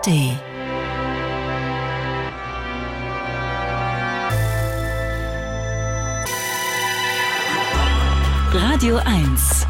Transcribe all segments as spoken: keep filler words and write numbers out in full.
A R D. Radio eins.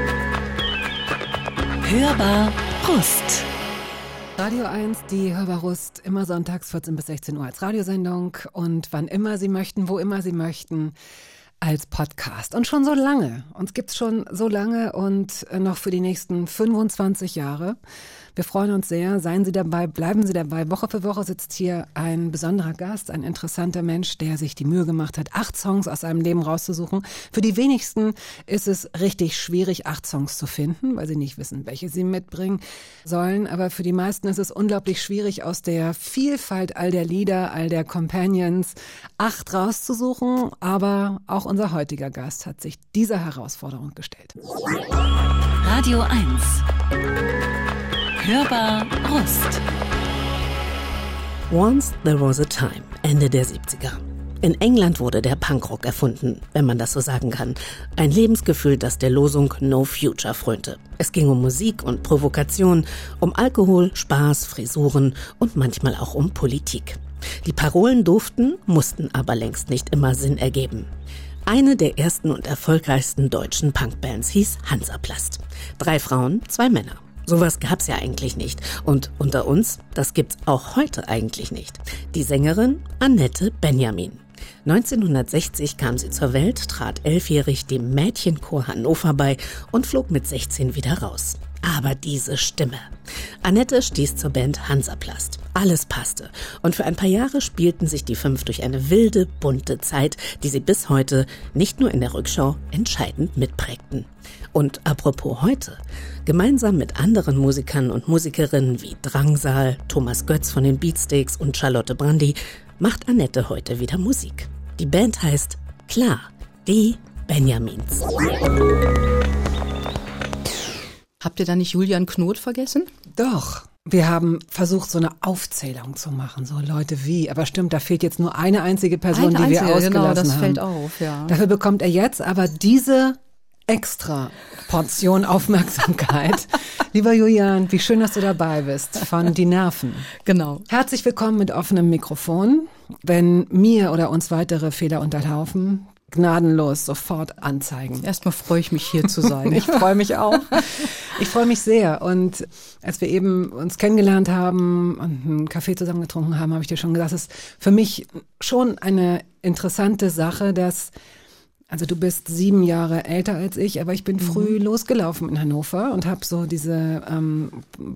Hörbar Rust. Radio eins, die Hörbar Rust, immer sonntags vierzehn bis sechzehn Uhr als Radiosendung und wann immer Sie möchten, wo immer Sie möchten, als Podcast. Und schon so lange. Uns gibt's schon so lange und noch für die nächsten fünfundzwanzig Jahre. Wir freuen uns sehr. Seien Sie dabei, bleiben Sie dabei. Woche für Woche sitzt hier ein besonderer Gast, ein interessanter Mensch, der sich die Mühe gemacht hat, acht Songs aus seinem Leben rauszusuchen. Für die wenigsten ist es richtig schwierig, acht Songs zu finden, weil sie nicht wissen, welche sie mitbringen sollen. Aber für die meisten ist es unglaublich schwierig, aus der Vielfalt all der Lieder, all der Companions acht rauszusuchen. Aber auch unser heutiger Gast hat sich dieser Herausforderung gestellt. Radio eins. Hörbar Rust. Once there was a time, Ende der siebziger. In England wurde der Punkrock erfunden, wenn man das so sagen kann. Ein Lebensgefühl, das der Losung No Future frönte. Es ging um Musik und Provokation, um Alkohol, Spaß, Frisuren und manchmal auch um Politik. Die Parolen durften, mussten aber längst nicht immer Sinn ergeben. Eine der ersten und erfolgreichsten deutschen Punkbands hieß Hansaplast. Drei Frauen, zwei Männer. Sowas gab's ja eigentlich nicht. Und unter uns, das gibt's auch heute eigentlich nicht. Die Sängerin Annette Benjamin. neunzehnhundertsechzig kam sie zur Welt, trat elfjährig dem Mädchenchor Hannover bei und flog mit sechzehn wieder raus. Aber diese Stimme. Annette stieß zur Band Hansaplast. Alles passte. Und für ein paar Jahre spielten sich die fünf durch eine wilde, bunte Zeit, die sie bis heute nicht nur in der Rückschau entscheidend mitprägten. Und apropos heute, gemeinsam mit anderen Musikern und Musikerinnen wie Drangsal, Thomas Götz von den Beatsteaks und Charlotte Brandy macht Annette heute wieder Musik. Die Band heißt klar, die Benjamins. Habt ihr da nicht Julian Knot vergessen? Doch. Wir haben versucht, so eine Aufzählung zu machen, so Leute wie, aber stimmt, da fehlt jetzt nur eine einzige Person, eine die wir einzige, ausgelassen genau, das haben. fällt auf, ja. Dafür bekommt er jetzt aber diese extra Portion Aufmerksamkeit. Lieber Julian, wie schön, dass du dabei bist von Die Nerven. Genau. Herzlich willkommen mit offenem Mikrofon. Wenn mir oder uns weitere Fehler unterlaufen, gnadenlos sofort anzeigen. Erstmal freue ich mich, hier zu sein. Ich freue mich auch. Ich freue mich sehr. Und als wir eben uns kennengelernt haben und einen Kaffee zusammen getrunken haben, habe ich dir schon gesagt, es ist für mich schon eine interessante Sache, dass, also du bist sieben Jahre älter als ich, aber ich bin früh mhm. losgelaufen in Hannover und habe so diese ähm,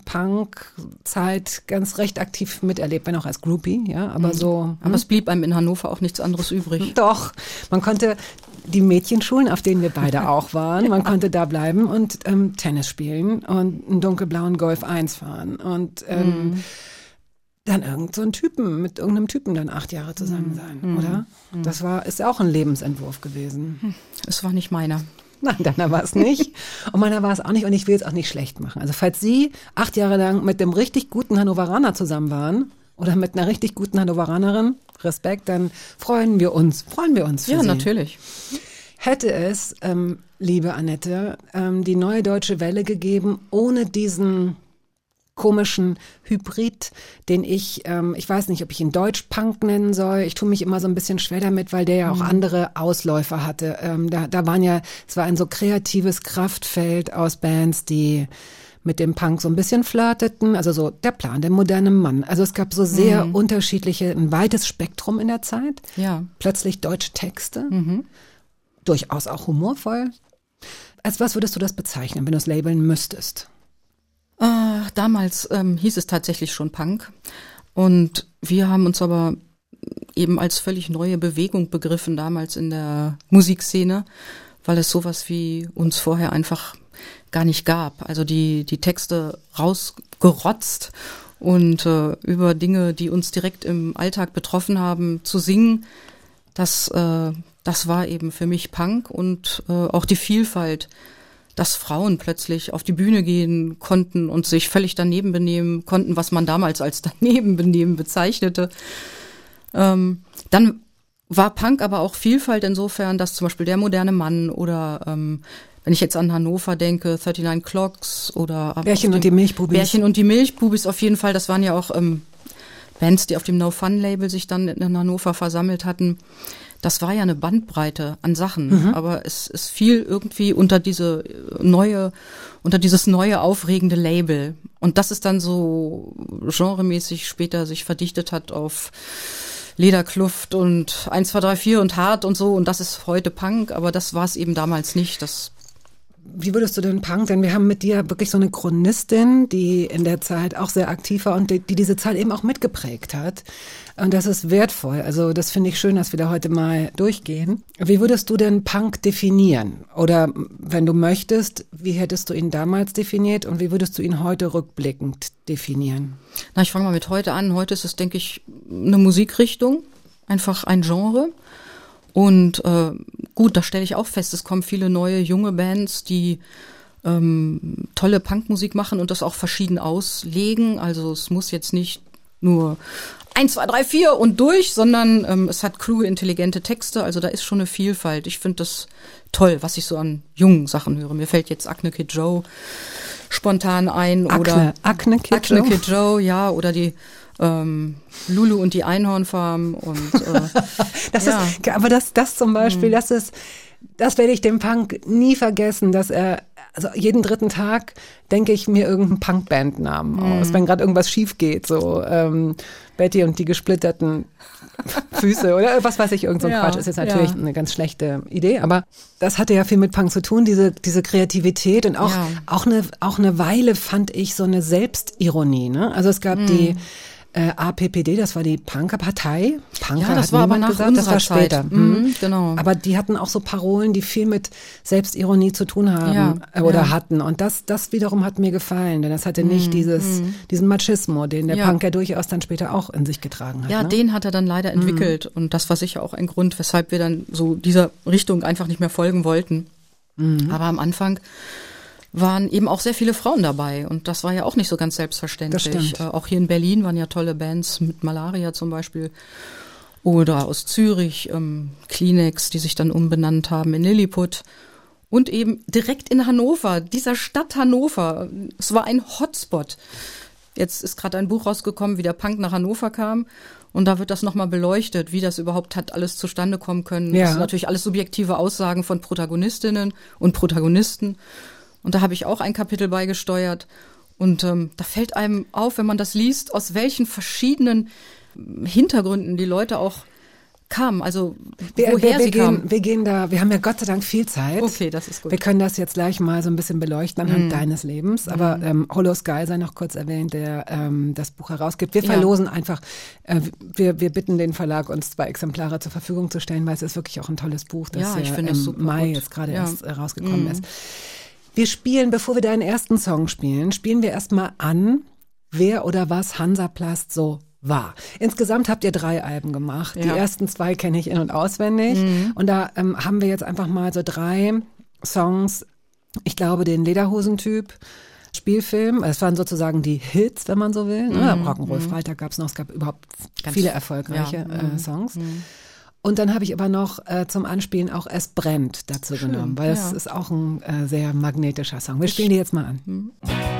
Punk-Zeit ganz recht aktiv miterlebt, wenn auch als Groupie, ja, aber mhm. so. Hm? Aber es blieb einem in Hannover auch nichts anderes übrig. Doch, man konnte die Mädchenschulen, auf denen wir beide auch waren, man konnte da bleiben und ähm, Tennis spielen und einen dunkelblauen Golf eins fahren und ähm, mhm. dann irgend so einen Typen, mit irgendeinem Typen dann acht Jahre zusammen sein, mhm. oder? Mhm. Das war, ist auch ein Lebensentwurf gewesen. Es war nicht meiner. Nein, deiner war es nicht. Und meiner war es auch nicht und ich will es auch nicht schlecht machen. Also falls Sie acht Jahre lang mit dem richtig guten Hannoveraner zusammen waren oder mit einer richtig guten Hannoveranerin, Respekt, dann freuen wir uns, freuen wir uns für Ja, Sie. natürlich. Hätte es, ähm, liebe Annette, ähm, die Neue Deutsche Welle gegeben, ohne diesen komischen Hybrid, den ich, ähm, ich weiß nicht, ob ich ihn Deutsch-Punk nennen soll. Ich tue mich immer so ein bisschen schwer damit, weil der ja auch mhm. andere Ausläufer hatte. Ähm, da, da waren ja, es war ein so kreatives Kraftfeld aus Bands, die mit dem Punk so ein bisschen flirteten. Also so der Plan, der moderne Mann. Also es gab so sehr mhm. unterschiedliche, ein weites Spektrum in der Zeit. Ja. Plötzlich deutsche Texte. Mhm. Durchaus auch humorvoll. Als was würdest du das bezeichnen, wenn du es labeln müsstest? Äh, damals ähm, hieß es tatsächlich schon Punk und wir haben uns aber eben als völlig neue Bewegung begriffen damals in der Musikszene, weil es sowas wie uns vorher einfach gar nicht gab. Also die die Texte rausgerotzt und äh, über Dinge, die uns direkt im Alltag betroffen haben, zu singen, das äh, das war eben für mich Punk und äh, auch die Vielfalt, dass Frauen plötzlich auf die Bühne gehen konnten und sich völlig daneben benehmen konnten, was man damals als daneben benehmen bezeichnete. Ähm, dann war Punk aber auch Vielfalt insofern, dass zum Beispiel der moderne Mann oder ähm, wenn ich jetzt an Hannover denke, neununddreißig Clocks oder Bärchen und die Milchbubis. Bärchen und die Milchbubis auf jeden Fall, das waren ja auch ähm, Bands, die auf dem No Fun Label sich dann in Hannover versammelt hatten. Das war ja eine Bandbreite an Sachen, mhm. aber es, es fiel irgendwie unter diese neue, unter dieses neue aufregende Label. Und das ist dann so genremäßig später sich verdichtet hat auf Lederkluft und eins, zwei, drei, vier und hart und so. Und das ist heute Punk, aber das war es eben damals nicht. Das Wie würdest du denn Punk, denn wir haben mit dir wirklich so eine Chronistin, die in der Zeit auch sehr aktiv war und die, die diese Zeit eben auch mitgeprägt hat. Und das ist wertvoll. Also das finde ich schön, dass wir da heute mal durchgehen. Wie würdest du denn Punk definieren? Oder wenn du möchtest, wie hättest du ihn damals definiert und wie würdest du ihn heute rückblickend definieren? Na, ich fange mal mit heute an. Heute ist es, denke ich, eine Musikrichtung, einfach ein Genre. Und äh, gut, da stelle ich auch fest, es kommen viele neue, junge Bands, die ähm, tolle Punkmusik machen und das auch verschieden auslegen. Also es muss jetzt nicht nur eins, zwei, drei, vier und durch, sondern ähm, es hat kluge, intelligente Texte. Also da ist schon eine Vielfalt. Ich finde das toll, was ich so an jungen Sachen höre. Mir fällt jetzt Acne Kid Joe spontan ein. Akne, oder Acne Kid Acne Joe? Kid Joe, ja, oder die Ähm, Lulu und die Einhornfarm und äh, das ja. ist, aber das, das zum Beispiel, hm. das ist, das werde ich dem Punk nie vergessen, dass er, also jeden dritten Tag denke ich mir irgendeinen Punkbandnamen hm. aus, wenn gerade irgendwas schief geht, so ähm, Betty und die gesplitterten Füße oder was weiß ich, irgend so ein ja, Quatsch, ist jetzt natürlich ja. eine ganz schlechte Idee, aber das hatte ja viel mit Punk zu tun, diese diese Kreativität und auch ja. auch eine auch eine Weile fand ich so eine Selbstironie, ne? Also es gab hm. die Äh, A P P D, das war die Punkerpartei. Punker ja, das hat war aber niemand nach gesagt, das war unserer später. Zeit. Mhm. Mhm, genau. Aber die hatten auch so Parolen, die viel mit Selbstironie zu tun haben Ja, äh, oder ja. hatten. Und das, das wiederum hat mir gefallen, denn das hatte nicht Mhm, dieses, mhm. diesen Machismo, den der Ja. Punk ja durchaus dann später auch in sich getragen hat. Ja, ne? den hat er dann leider entwickelt und das war sicher auch ein Grund, weshalb wir dann so dieser Richtung einfach nicht mehr folgen wollten. Mhm. Aber am Anfang waren eben auch sehr viele Frauen dabei und das war ja auch nicht so ganz selbstverständlich. Das stimmt. Äh, auch hier in Berlin waren ja tolle Bands mit Malaria zum Beispiel oder aus Zürich, ähm, Kleenex, die sich dann umbenannt haben in Lilliput und eben direkt in Hannover, dieser Stadt Hannover. Es war ein Hotspot. Jetzt ist gerade ein Buch rausgekommen, wie der Punk nach Hannover kam. Und da wird das nochmal beleuchtet, wie das überhaupt hat alles zustande kommen können. Ja. Das sind natürlich alles subjektive Aussagen von Protagonistinnen und Protagonisten. Und da habe ich auch ein Kapitel beigesteuert. Und ähm, da fällt einem auf, wenn man das liest, aus welchen verschiedenen Hintergründen die Leute auch kamen. Also Wir, woher wir, wir, sie gehen, kamen. wir gehen da, wir haben ja Gott sei Dank viel Zeit. Okay, das ist gut. Wir können das jetzt gleich mal so ein bisschen beleuchten anhand Mm. deines Lebens. Aber ähm, Hollow Sky sei noch kurz erwähnt, der ähm, das Buch herausgibt. Wir Ja. verlosen einfach, äh, wir, wir bitten den Verlag, uns zwei Exemplare zur Verfügung zu stellen, weil es ist wirklich auch ein tolles Buch, das Ja, ja, ich finde im es super Mai gut. jetzt gerade Ja. erst äh, rausgekommen Mm. ist. Wir spielen, bevor wir deinen ersten Song spielen, spielen wir erstmal an, wer oder was Hansaplast so war. Insgesamt habt ihr drei Alben gemacht. Die Ja. ersten zwei kenne ich in- und auswendig. Mhm. Und da ähm, haben wir jetzt einfach mal so drei Songs. Ich glaube, den Lederhosentyp, Spielfilm. Es waren sozusagen die Hits, wenn man so will. Ne? Mhm. Rock'n'Roll Freitag gab es noch. Es gab überhaupt Ganz- viele erfolgreiche ja. äh, Mhm. Songs. Mhm. Und dann habe ich aber noch äh, zum Anspielen auch Es brennt dazu Schön, genommen, weil es ja. ist auch ein äh, sehr magnetischer Song. Wir spielen die jetzt mal an. Mhm.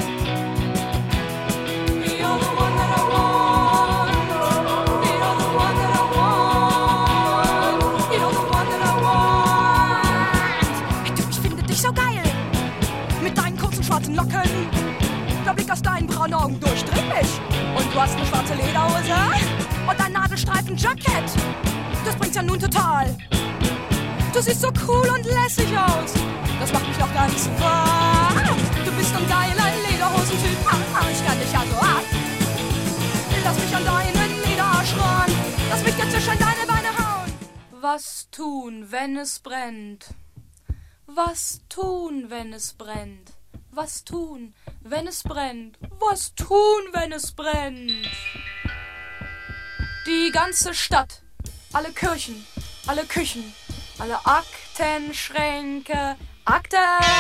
Ich finde dich so geil. Mit deinen kurzen schwarzen Locken. Der Blick aus deinen braunen Augen durchdringlich. Und du hast eine schwarze Lederhose und ein Nadelstreifen-Jackett. Das bringt's ja nun total. Du siehst so cool und lässig aus. Das macht mich noch ganz wahr. Du bist ein geiler Lederhosentyp. Ah, ich kann dich ja so ab. Lass mich an deinen Lederarsch ran. Lass mich dir zwischen deine Beine hauen. Was tun, wenn es brennt? Was tun, wenn es brennt? Was tun, wenn es brennt? Was tun, wenn es brennt? Die ganze Stadt, alle Kirchen, alle Küchen, alle Aktenschränke, Akten,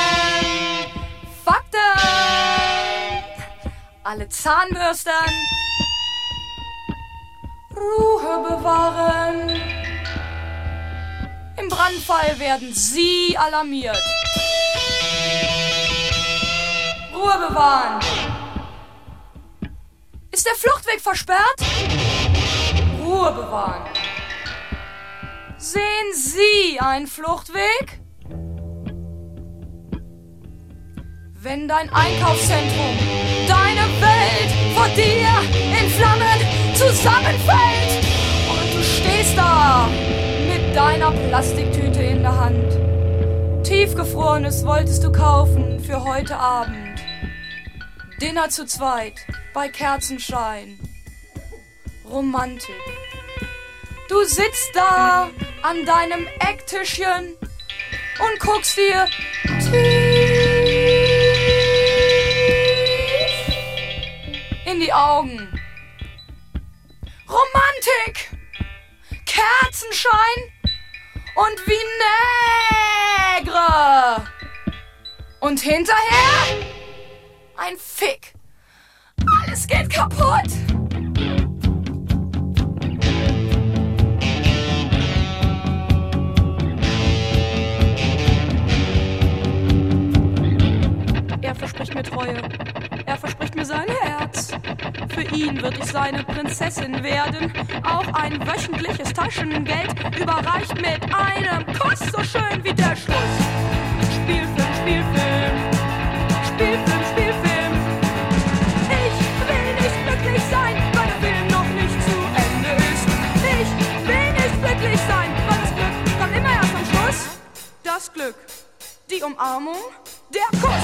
Fakten, alle Zahnbürsten, Ruhe bewahren. Im Brandfall werden Sie alarmiert. Ruhe bewahren. Ist der Fluchtweg versperrt? Ruhe bewahren. Sehen Sie einen Fluchtweg? Wenn dein Einkaufszentrum, deine Welt vor dir in Flammen zusammenfällt und du stehst da mit deiner Plastiktüte in der Hand. Tiefgefrorenes wolltest du kaufen für heute Abend. Dinner zu zweit bei Kerzenschein. Romantik. Du sitzt da an deinem Ecktischchen und guckst dir tief in die Augen. Romantik, Kerzenschein und Vinaigrette. Und hinterher ein Fick. Alles geht kaputt. Er verspricht mir Treue. Er verspricht mir sein Herz. Für ihn wird ich seine Prinzessin werden. Auch ein wöchentliches Taschengeld überreicht mit einem Kuss so schön wie der Schluss. Spielfilm, Spielfilm, Spielfilm, Spielfilm. Ich will nicht glücklich sein, weil der Film noch nicht zu Ende ist. Ich will nicht glücklich sein, weil das Glück kommt immer erst am Schluss. Das Glück, die Umarmung, der Kuss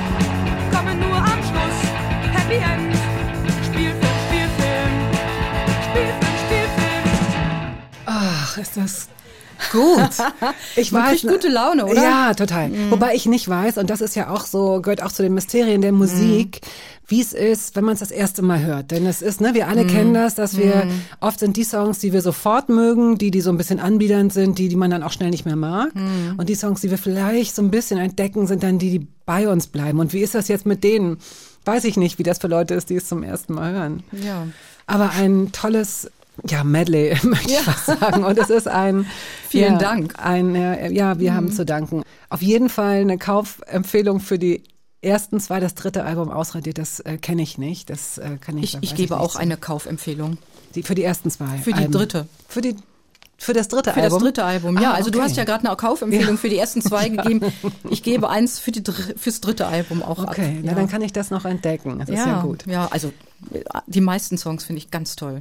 kommen nur am Schluss. Happy End. Spielfilm, Spielfilm, Spielfilm, Spielfilm. Ach, ist das gut. Ich Man weiß, kriegt gute Laune, oder? Ja, total. Mhm. Wobei ich nicht weiß, und das ist ja auch so, gehört auch zu den Mysterien der Musik, mhm. wie es ist, wenn man es das erste Mal hört. Denn es ist, ne, wir alle mhm. kennen das, dass wir, mhm. oft sind die Songs, die wir sofort mögen, die, die so ein bisschen anbiedernd sind, die, die man dann auch schnell nicht mehr mag. Mhm. Und die Songs, die wir vielleicht so ein bisschen entdecken, sind dann die, die bei uns bleiben. Und wie ist das jetzt mit denen? Weiß ich nicht, wie das für Leute ist, die es zum ersten Mal hören. Ja. Aber ein tolles, ja, Medley, möchte ja. ich fast sagen. Und es ist ein... Vielen ja, Dank. Ein, ja, wir mhm. haben zu danken. Auf jeden Fall eine Kaufempfehlung für die ersten zwei, das dritte Album Ausradiert, das äh, kenne ich nicht. Das äh, kann ich. Ich, ich gebe ich auch eine Kaufempfehlung. Die, für die ersten zwei. Für die Alben. dritte. Für die Für das dritte für Album? Für das dritte Album, ja. Ah, also okay. du hast ja gerade eine Kaufempfehlung ja. für die ersten zwei gegeben. Ich gebe eins für die, fürs dritte Album auch okay. ab. Okay, ja. dann kann ich das noch entdecken. Das ja. ist ja gut. Ja, also die meisten Songs finde ich ganz toll.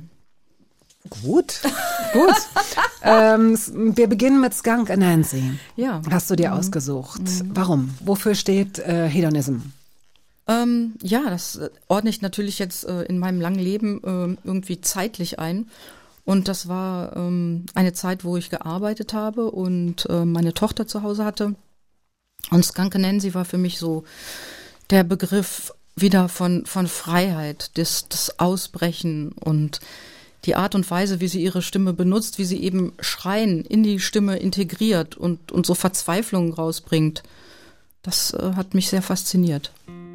Gut, gut. ähm, wir beginnen mit Skunk Anansie. Ja. Hast du dir mhm. ausgesucht. Mhm. Warum? Wofür steht äh, Hedonism? Ähm, ja, das ordne ich natürlich jetzt äh, in meinem langen Leben äh, irgendwie zeitlich ein. Und das war ähm, eine Zeit, wo ich gearbeitet habe und äh, meine Tochter zu Hause hatte. Und Skunk Anansie war für mich so der Begriff wieder von, von Freiheit, das, das Ausbrechen und die Art und Weise, wie sie ihre Stimme benutzt, wie sie eben Schreien in die Stimme integriert und, und so Verzweiflung rausbringt. Das äh, hat mich sehr fasziniert.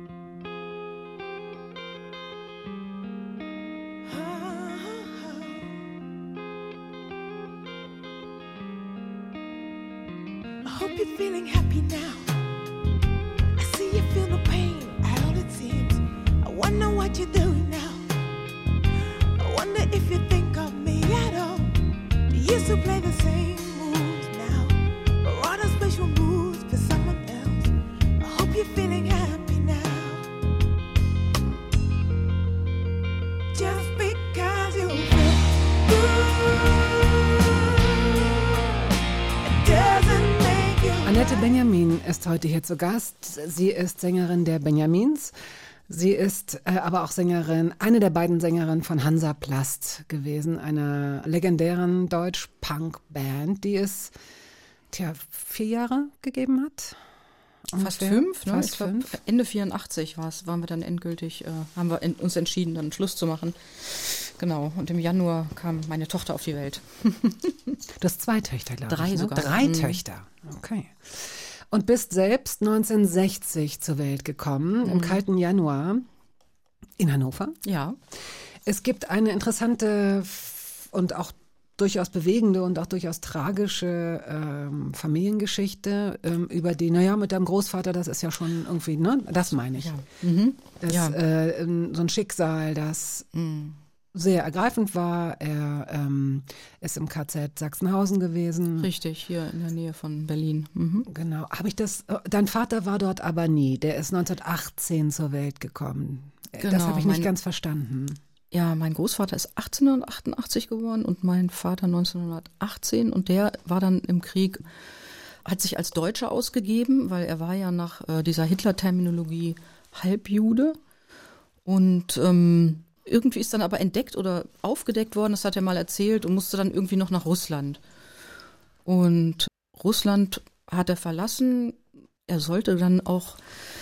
Annette Benjamin ist heute hier zu Gast. Sie ist Sängerin der Benjamins. Sie ist äh, aber auch Sängerin, eine der beiden Sängerinnen von Hansaplast gewesen, einer legendären Deutsch-Punk-Band, die es tja, vier Jahre gegeben hat. Fast fünf, ne? Fast ich glaub, fünf. Ende vierundachtzig war's, waren wir dann endgültig, äh, haben wir in, uns entschieden, dann Schluss zu machen. Genau, und im Januar kam meine Tochter auf die Welt. Du hast zwei Töchter, glaube ich. Drei ne? sogar. Drei mhm. Töchter, okay. Und bist selbst neunzehnhundertsechzig zur Welt gekommen, mhm. im kalten Januar in Hannover. Ja. Es gibt eine interessante und auch durchaus bewegende und auch durchaus tragische ähm, Familiengeschichte ähm, über die, naja, mit deinem Großvater, das ist ja schon irgendwie, ne, das meine ich. Ja. Mhm. Das, Ja. äh, so ein Schicksal, das Mhm. sehr ergreifend war. Er ähm, ist im K Z Sachsenhausen gewesen. Richtig, hier in der Nähe von Berlin. Mhm. Genau. Habe ich das? Dein Vater war dort aber nie. Der ist neunzehnhundertachtzehn zur Welt gekommen. das Genau, habe ich nicht mein- ganz verstanden. Ja, mein Großvater ist achtzehnhundertachtundachtzig geboren und mein Vater neunzehnhundertachtzehn und der war dann im Krieg, hat sich als Deutscher ausgegeben, weil er war ja nach äh, dieser Hitler-Terminologie Halbjude und ähm, irgendwie ist dann aber entdeckt oder aufgedeckt worden, das hat er mal erzählt und musste dann irgendwie noch nach Russland. Und Russland hat er verlassen, er sollte dann auch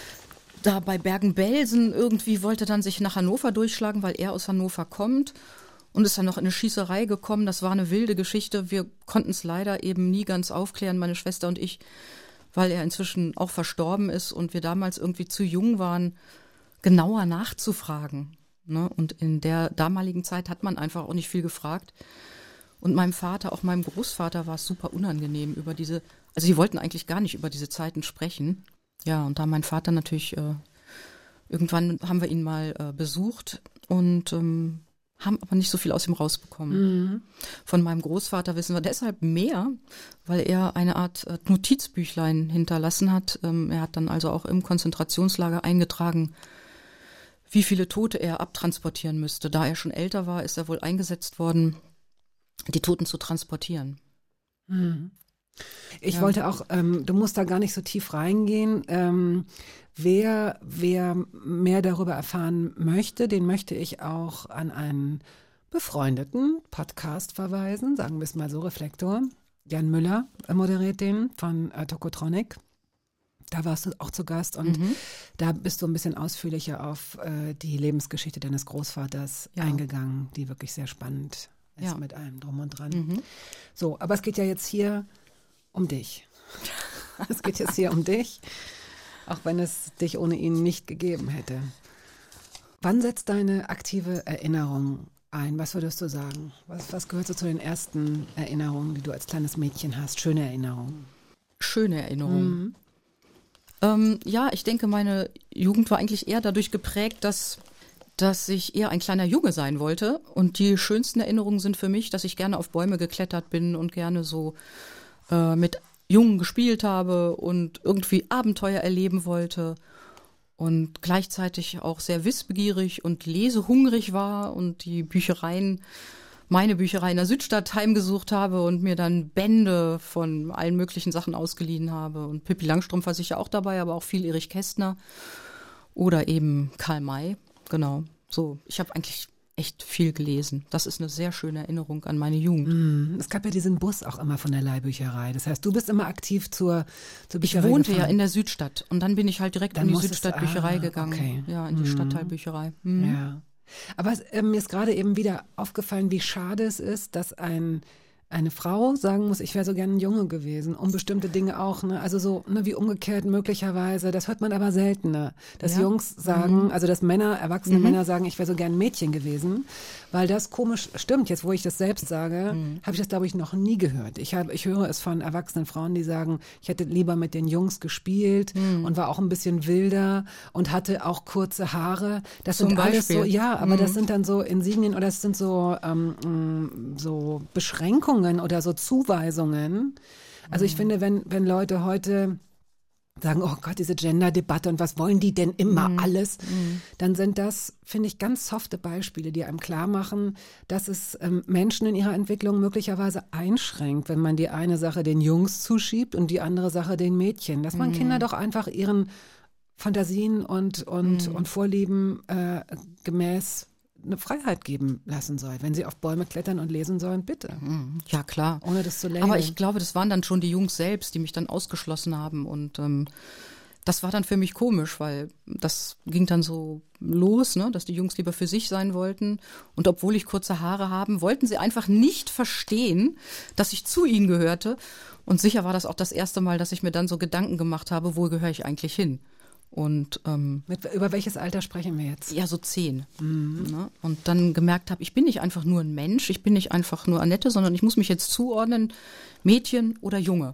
da bei Bergen-Belsen irgendwie wollte dann sich nach Hannover durchschlagen, weil er aus Hannover kommt und ist dann noch in eine Schießerei gekommen. Das war eine wilde Geschichte. Wir konnten es leider eben nie ganz aufklären, meine Schwester und ich, weil er inzwischen auch verstorben ist und wir damals irgendwie zu jung waren, genauer nachzufragen. Ne? Und in der damaligen Zeit hat man einfach auch nicht viel gefragt. Und meinem Vater, auch meinem Großvater war es super unangenehm über diese, also die wollten eigentlich gar nicht über diese Zeiten sprechen. Ja, und da mein Vater natürlich, äh, irgendwann haben wir ihn mal äh, besucht und ähm, haben aber nicht so viel aus ihm rausbekommen. Mhm. Von meinem Großvater wissen wir deshalb mehr, weil er eine Art äh, Notizbüchlein hinterlassen hat. Ähm, er hat dann also auch im Konzentrationslager eingetragen, wie viele Tote er abtransportieren müsste. Da er schon älter war, ist er wohl eingesetzt worden, die Toten zu transportieren. Mhm. Ich Ja. wollte auch, ähm, du musst da gar nicht so tief reingehen. Ähm, wer, wer mehr darüber erfahren möchte, den möchte ich auch an einen befreundeten Podcast verweisen, sagen wir es mal so, Reflektor. Jan Müller äh, moderiert den von äh, Tokotronic. Da warst du auch zu Gast und Mhm. da bist du ein bisschen ausführlicher auf äh, die Lebensgeschichte deines Großvaters Ja. eingegangen, die wirklich sehr spannend ist Ja. mit allem drum und dran. Mhm. So, aber es geht ja jetzt hier um dich. Es geht jetzt hier um dich, auch wenn es dich ohne ihn nicht gegeben hätte. Wann setzt deine aktive Erinnerung ein? Was würdest du sagen? Was, was gehört so zu den ersten Erinnerungen, die du als kleines Mädchen hast? Schöne Erinnerungen. Schöne Erinnerung. Mhm. Ähm, ja, ich denke, meine Jugend war eigentlich eher dadurch geprägt, dass, dass ich eher ein kleiner Junge sein wollte. Und die schönsten Erinnerungen sind für mich, dass ich gerne auf Bäume geklettert bin und gerne so äh, mit Jungen gespielt habe und irgendwie Abenteuer erleben wollte. Und gleichzeitig auch sehr wissbegierig und lesehungrig war und die Büchereien, meine Bücherei in der Südstadt heimgesucht habe und mir dann Bände von allen möglichen Sachen ausgeliehen habe. Und Pippi Langstrumpf war sicher auch dabei, aber auch viel Erich Kästner oder eben Karl May. Genau, so. Ich habe eigentlich echt viel gelesen. Das ist eine sehr schöne Erinnerung an meine Jugend. Mhm. Es gab ja diesen Bus auch immer von der Leihbücherei. Das heißt, du bist immer aktiv zur, zur Ich Bücherei wohnte gefahren. ja in der Südstadt und dann bin ich halt direkt Dann in die musstest- Südstadtbücherei ah, gegangen. okay. Ja, in die Mhm. Stadtteilbücherei. Mhm. Ja. Aber es, äh, mir ist gerade eben wieder aufgefallen, wie schade es ist, dass ein, eine Frau sagen muss, ich wäre so gern ein Junge gewesen, um bestimmte Dinge auch, ne? Also so, ne, wie umgekehrt möglicherweise, das hört man aber seltener, dass Ja. Jungs sagen, also dass Männer, erwachsene Mhm. Männer sagen, ich wäre so gern ein Mädchen gewesen, weil das komisch stimmt, jetzt wo ich das selbst sage, Mhm. habe ich das glaube ich noch nie gehört. Ich habe, ich höre es von erwachsenen Frauen, die sagen, ich hätte lieber mit den Jungs gespielt Mhm. und war auch ein bisschen wilder und hatte auch kurze Haare. Das Zum sind alles so, Beispiel. ja, aber Mhm. das sind dann so Insignien oder es sind so, ähm, mh, so Beschränkungen oder so Zuweisungen. Also ich finde, wenn, wenn Leute heute sagen, oh Gott, diese Gender-Debatte und was wollen die denn immer alles, dann sind das, finde ich, ganz softe Beispiele, die einem klar machen, dass es ähm, Menschen in ihrer Entwicklung möglicherweise einschränkt, wenn man die eine Sache den Jungs zuschiebt und die andere Sache den Mädchen. Dass man Kinder doch einfach ihren Fantasien und, und, und Vorlieben äh, gemäß eine Freiheit geben lassen soll. Wenn sie auf Bäume klettern und lesen sollen, bitte. Ja, klar. Ohne das zu labeln. Aber ich glaube, das waren dann schon die Jungs selbst, die mich dann ausgeschlossen haben. Und ähm, das war dann für mich komisch, weil das ging dann so los, ne, dass die Jungs lieber für sich sein wollten. Und obwohl ich kurze Haare haben, wollten sie einfach nicht verstehen, dass ich zu ihnen gehörte. Und sicher war das auch das erste Mal, dass ich mir dann so Gedanken gemacht habe, wo gehöre ich eigentlich hin? Und ähm, Mit, über welches Alter sprechen wir jetzt? ja, so zehn. Mhm. Ne? Und dann gemerkt habe, ich bin nicht einfach nur ein Mensch, ich bin nicht einfach nur Annette, sondern ich muss mich jetzt zuordnen, Mädchen oder Junge.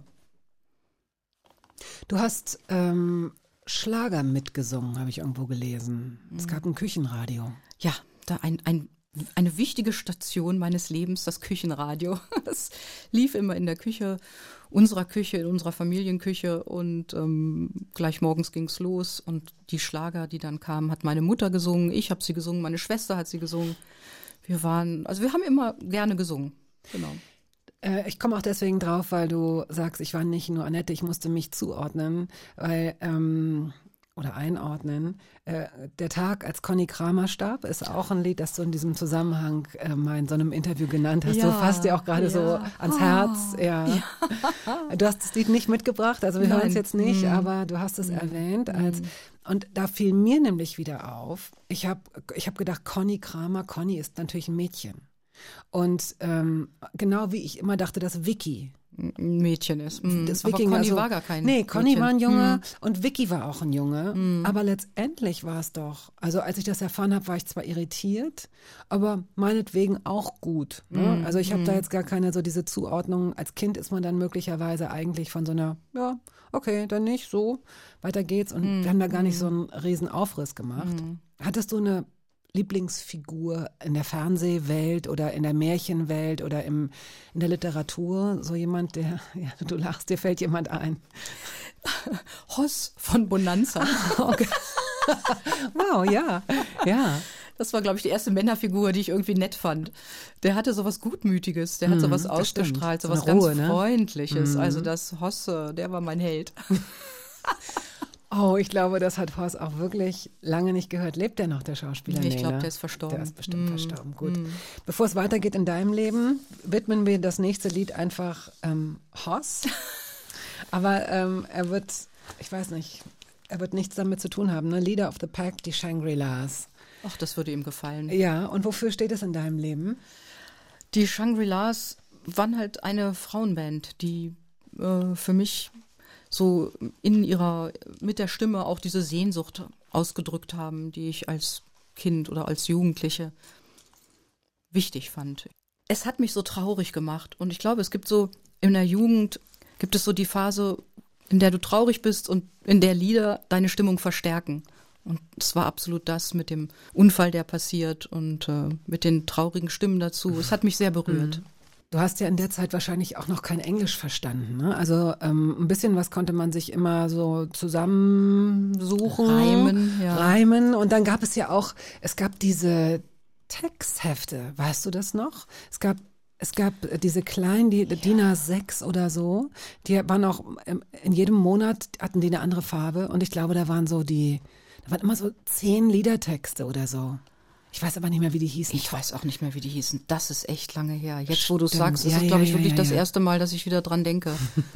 Du hast ähm, Schlager mitgesungen, habe ich irgendwo gelesen. Mhm. Es gab ein Küchenradio. Ja, da ein, ein, eine wichtige Station meines Lebens, das Küchenradio. Das lief immer in der Küche, unserer Küche, in unserer Familienküche und ähm, gleich morgens ging's los und die Schlager, die dann kamen, hat meine Mutter gesungen, ich habe sie gesungen, meine Schwester hat sie gesungen. Wir waren, also wir haben immer gerne gesungen, genau. Äh, ich komme auch deswegen drauf, weil du sagst, ich war nicht nur Annette, ich musste mich zuordnen, weil ähm, oder einordnen. Äh, der Tag, als Conny Kramer starb, ist auch ein Lied, das du in diesem Zusammenhang äh, mal in so einem Interview genannt hast. Ja, du fasst dir auch gerade ja. so ans Oh, Herz. Ja. ja. Du hast das Lied nicht mitgebracht, also wir Nein. hören es jetzt nicht, Mm. aber du hast es mm. erwähnt. Als, und da fiel mir nämlich wieder auf, ich habe ich hab gedacht, Conny Kramer, Conny ist natürlich ein Mädchen. Und ähm, genau wie ich immer dachte, dass Vicky ein Mädchen ist. Mhm. das Aber Wiking, Conny also, war gar kein Nee, Conny Mädchen. war ein Junge Mhm. und Vicky war auch ein Junge. Mhm. Aber letztendlich war es doch, also als ich das erfahren habe, war ich zwar irritiert, aber meinetwegen auch gut. Ne? Mhm. Also ich habe da jetzt gar keine so diese Zuordnung. Als Kind ist man dann möglicherweise eigentlich von so einer, ja, okay, dann nicht, so, weiter geht's. Und Mhm. wir haben da gar nicht so einen riesen Aufriss gemacht. Mhm. Hattest du eine Lieblingsfigur in der Fernsehwelt oder in der Märchenwelt oder im, in der Literatur? So jemand, der, ja, du lachst, dir fällt jemand ein. Hoss von Bonanza. Okay. Wow, ja, ja. Das war, glaube ich, die erste Männerfigur, die ich irgendwie nett fand. Der hatte sowas Gutmütiges, der hat Mhm, sowas das ausgestrahlt, stimmt. So sowas eine ganz Ruhe, ne? Freundliches. Mhm. Also das Hosse, der war mein Held. Oh, ich glaube, das hat Horst auch wirklich lange nicht gehört. Lebt der noch, der Schauspieler? Ich Nee, glaube, ne? der ist verstorben. Der ist bestimmt Mm, verstorben, gut. mm. Bevor es weitergeht in deinem Leben, widmen wir das nächste Lied einfach ähm, Horst. Aber ähm, er wird, ich weiß nicht, er wird nichts damit zu tun haben. Ne? Leader of the Pack, die Shangri-Las. Ach, das würde ihm gefallen. Ja, und wofür steht es in deinem Leben? Die Shangri-Las waren halt eine Frauenband, die äh, für mich so in ihrer, mit der Stimme auch diese Sehnsucht ausgedrückt haben, die ich als Kind oder als Jugendliche wichtig fand. Es hat mich so traurig gemacht und ich glaube, es gibt so, in der Jugend gibt es so die Phase, in der du traurig bist und in der Lieder deine Stimmung verstärken. Und es war absolut das mit dem Unfall, der passiert und äh, mit den traurigen Stimmen dazu. Es hat mich sehr berührt. Du hast ja in der Zeit wahrscheinlich auch noch kein Englisch verstanden, ne? Also ähm, ein bisschen was konnte man sich immer so zusammensuchen. Reimen, ja. Reimen. Und dann gab es ja auch, es gab diese Texthefte, weißt du das noch? Es gab Es gab diese kleinen, die D I N A sechs oder so, die waren auch, in jedem Monat hatten die eine andere Farbe und ich glaube, da waren so die, da waren immer so zehn Liedertexte oder so. Ich weiß aber nicht mehr, wie die hießen. Ich weiß auch nicht mehr, wie die hießen. Das ist echt lange her. Jetzt, wo du es Stimmt. sagst, ist Ja, es, ja, glaube ich, ja, wirklich ja, das ja. erste Mal, dass ich wieder dran denke.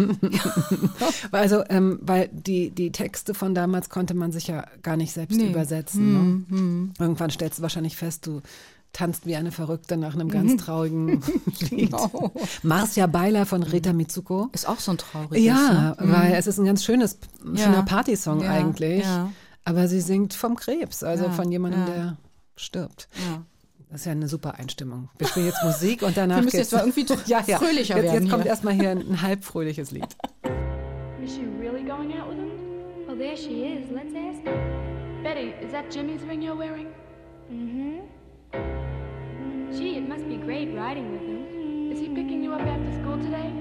Also, ähm, weil die, die Texte von damals konnte man sich ja gar nicht selbst Nee. übersetzen. Hm, Ne? hm. Irgendwann stellst du wahrscheinlich fest, du tanzt wie eine Verrückte nach einem ganz traurigen Lied. Genau. Marcia Beiler von Rita Mitsuko. Ist auch so ein trauriges. Ja, ne? Hm. weil es ist ein ganz schönes, ein Ja. schöner Partysong Ja, eigentlich. ja. Aber sie singt vom Krebs, also Ja, von jemandem, ja. der stirbt. Ja. Das ist ja eine super Einstimmung. Wir spielen jetzt Musik und danach Wir müssen geht's- jetzt mal irgendwie ja, ja. fröhlicher jetzt, werden Jetzt kommt hier. erstmal hier ein, ein halb fröhliches Lied. Is she really going out with him? Oh, there she is. Let's ask her. Betty, is that Jimmy's ring you're wearing? Mm-hmm. Gee, it must be great riding with him. Is he picking you up after school today?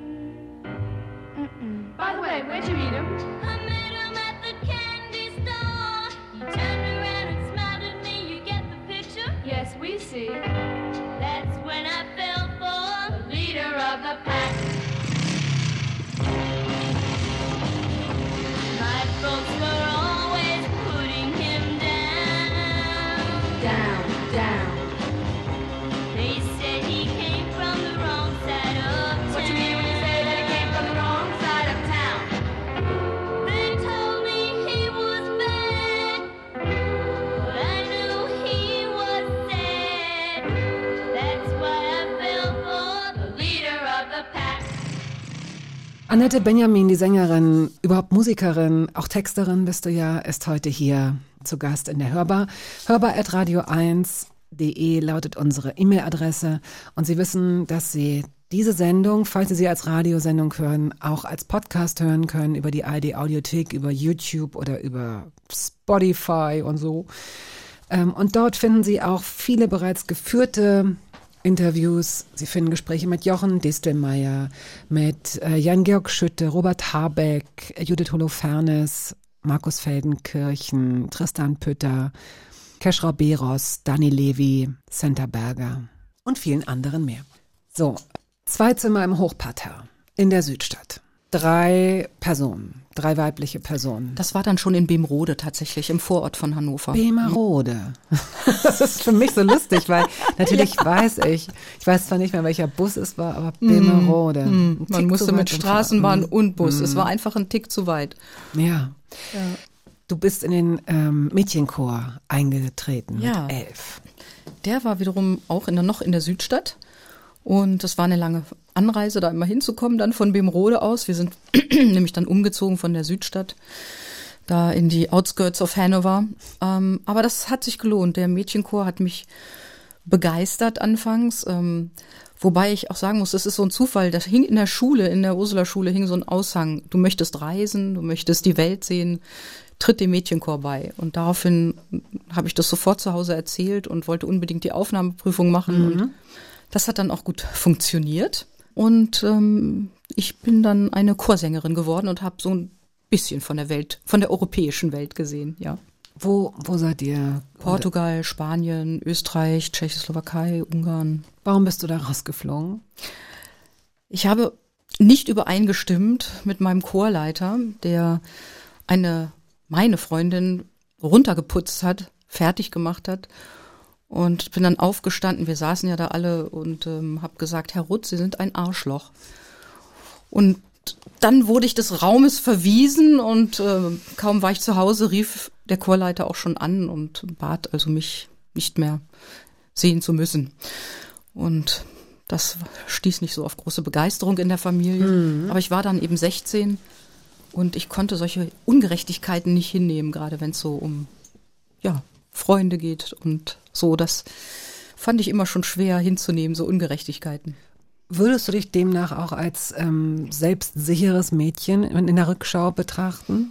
Mm-mm. By the way, where'd you meet him? I met him at the candy store. He turned around and smiled at me. You get the picture? Yes, we see. That's when I fell for the leader of the pack. My folks were always putting him down. Down, down. They said he came from the wrong side of town. What you mean when you say that he came from the wrong side of town? They told me he was bad, but I knew he was sad. Annette Benjamin, die Sängerin, überhaupt Musikerin, auch Texterin bist du ja, ist heute hier zu Gast in der Hörbar. hörbar at radio eins punkt de lautet unsere E-Mail-Adresse. Und Sie wissen, dass Sie diese Sendung, falls Sie sie als Radiosendung hören, auch als Podcast hören können über die A R D-Audiothek, über YouTube oder über Spotify und so. Und dort finden Sie auch viele bereits geführte Interviews. Sie finden Gespräche mit Jochen Distelmeier, mit äh, Jan-Georg Schütte, Robert Habeck, Judith Holofernes, Markus Feldenkirchen, Tristan Pütter, Keschrau Beros, Dani Levy, Senta Berger und vielen anderen mehr. So, zwei Zimmer im Hochparterre in der Südstadt. Drei Personen, drei weibliche Personen. Das war dann schon in Bemrode tatsächlich, im Vorort von Hannover. Bemrode. Das ist für mich so lustig, weil natürlich ja. weiß ich, ich weiß zwar nicht mehr, welcher Bus es war, aber Bemrode. Mm, man musste mit Straßenbahn und Bus. Mm. Es war einfach ein Tick zu weit. Ja. ja. Du bist in den ähm, Mädchenchor eingetreten ja. mit elf. Der war wiederum auch in der, noch in der Südstadt. Und das war eine lange Anreise, da immer hinzukommen, dann von Bemrode aus. Wir sind nämlich dann umgezogen von der Südstadt, da in die Outskirts of Hanover. Ähm, aber das hat sich gelohnt. Der Mädchenchor hat mich begeistert anfangs. Ähm, wobei ich auch sagen muss, das ist so ein Zufall. Das hing in der Schule, in der Ursula-Schule hing so ein Aushang. Du möchtest reisen, du möchtest die Welt sehen, tritt dem Mädchenchor bei. Und daraufhin habe ich das sofort zu Hause erzählt und wollte unbedingt die Aufnahmeprüfung machen. Mhm. Und das hat dann auch gut funktioniert. Und ähm, ich bin dann eine Chorsängerin geworden und habe so ein bisschen von der Welt, von der europäischen Welt gesehen, ja. Wo, wo seid ihr? Portugal, Spanien, Österreich, Tschechoslowakei, Ungarn. Warum bist du da rausgeflogen? Ich habe nicht übereingestimmt mit meinem Chorleiter, der eine, meine Freundin runtergeputzt hat, fertig gemacht hat. Und bin dann aufgestanden, wir saßen ja da alle und ähm, habe gesagt, Herr Rutz, Sie sind ein Arschloch. Und dann wurde ich des Raumes verwiesen und äh, kaum war ich zu Hause, rief der Chorleiter auch schon an und bat also mich nicht mehr sehen zu müssen. Und das stieß nicht so auf große Begeisterung in der Familie. Mhm. Aber ich war dann eben sechzehn und ich konnte solche Ungerechtigkeiten nicht hinnehmen, gerade wenn es so um, ja, Freunde geht und so, das fand ich immer schon schwer hinzunehmen, so Ungerechtigkeiten. Würdest du dich demnach auch als ähm, selbstsicheres Mädchen in der Rückschau betrachten?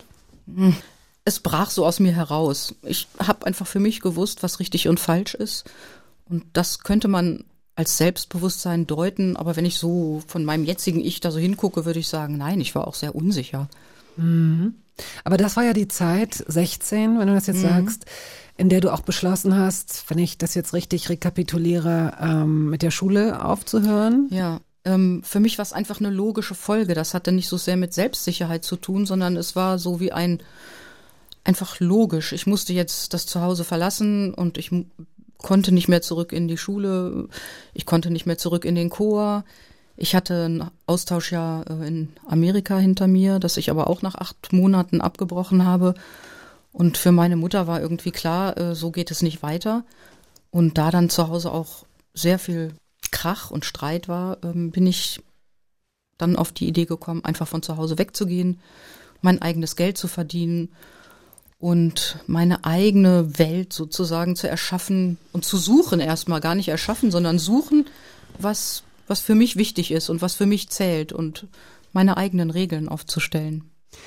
Es brach so aus mir heraus. Ich habe einfach für mich gewusst, was richtig und falsch ist. Und das könnte man als Selbstbewusstsein deuten, aber wenn ich so von meinem jetzigen Ich da so hingucke, würde ich sagen, nein, ich war auch sehr unsicher. Mhm. Aber das war ja die Zeit, sechzehn, wenn du das jetzt mhm. sagst, in der du auch beschlossen hast, wenn ich das jetzt richtig rekapituliere, ähm, mit der Schule aufzuhören? Ja, ähm, für mich war es einfach eine logische Folge. Das hatte nicht so sehr mit Selbstsicherheit zu tun, sondern es war so wie ein, einfach logisch. Ich musste jetzt das Zuhause verlassen und ich m- konnte nicht mehr zurück in die Schule. Ich konnte nicht mehr zurück in den Chor. Ich hatte ein Austauschjahr in Amerika hinter mir, das ich aber auch nach acht Monaten abgebrochen habe. Und für meine Mutter war irgendwie klar, so geht es nicht weiter. Und da dann zu Hause auch sehr viel Krach und Streit war, bin ich dann auf die Idee gekommen, einfach von zu Hause wegzugehen, mein eigenes Geld zu verdienen und meine eigene Welt sozusagen zu erschaffen und zu suchen erstmal, gar nicht erschaffen, sondern suchen, was was für mich wichtig ist und was für mich zählt und meine eigenen Regeln aufzustellen.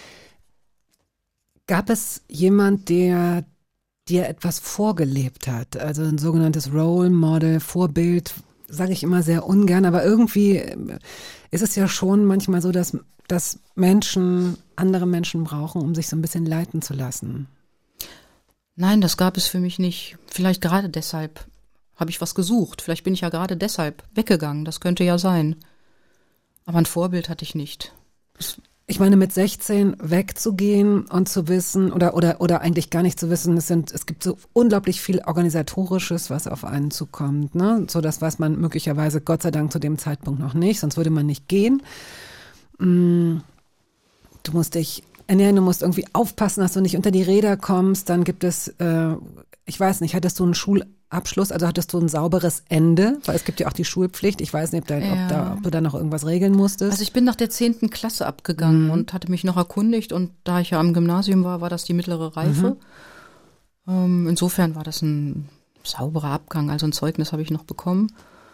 Gab es jemand, der dir etwas vorgelebt hat? Also ein sogenanntes Role Model, Vorbild, sage ich immer sehr ungern, aber irgendwie ist es ja schon manchmal so, dass, dass Menschen andere Menschen brauchen, um sich so ein bisschen leiten zu lassen. Nein, das gab es für mich nicht. Vielleicht gerade deshalb habe ich was gesucht. Vielleicht bin ich ja gerade deshalb weggegangen. Das könnte ja sein. Aber ein Vorbild hatte ich nicht. Ich meine, mit sechzehn wegzugehen und zu wissen, oder, oder, oder eigentlich gar nicht zu wissen, es sind, es gibt so unglaublich viel Organisatorisches, was auf einen zukommt, ne? So, das weiß man möglicherweise Gott sei Dank zu dem Zeitpunkt noch nicht, sonst würde man nicht gehen. Du musst dich ernähren, du musst irgendwie aufpassen, dass du nicht unter die Räder kommst. Dann gibt es, äh, ich weiß nicht, hattest du einen Schul Abschluss? Also hattest du ein sauberes Ende? Weil es gibt ja auch die Schulpflicht. Ich weiß nicht, ob, da, Ja. ob, da, ob du da noch irgendwas regeln musstest. Also ich bin nach der zehnten Klasse abgegangen Mhm. und hatte mich noch erkundigt und da ich ja am Gymnasium war, war das die mittlere Reife. Mhm. Ähm, insofern war das ein sauberer Abgang, also ein Zeugnis habe ich noch bekommen.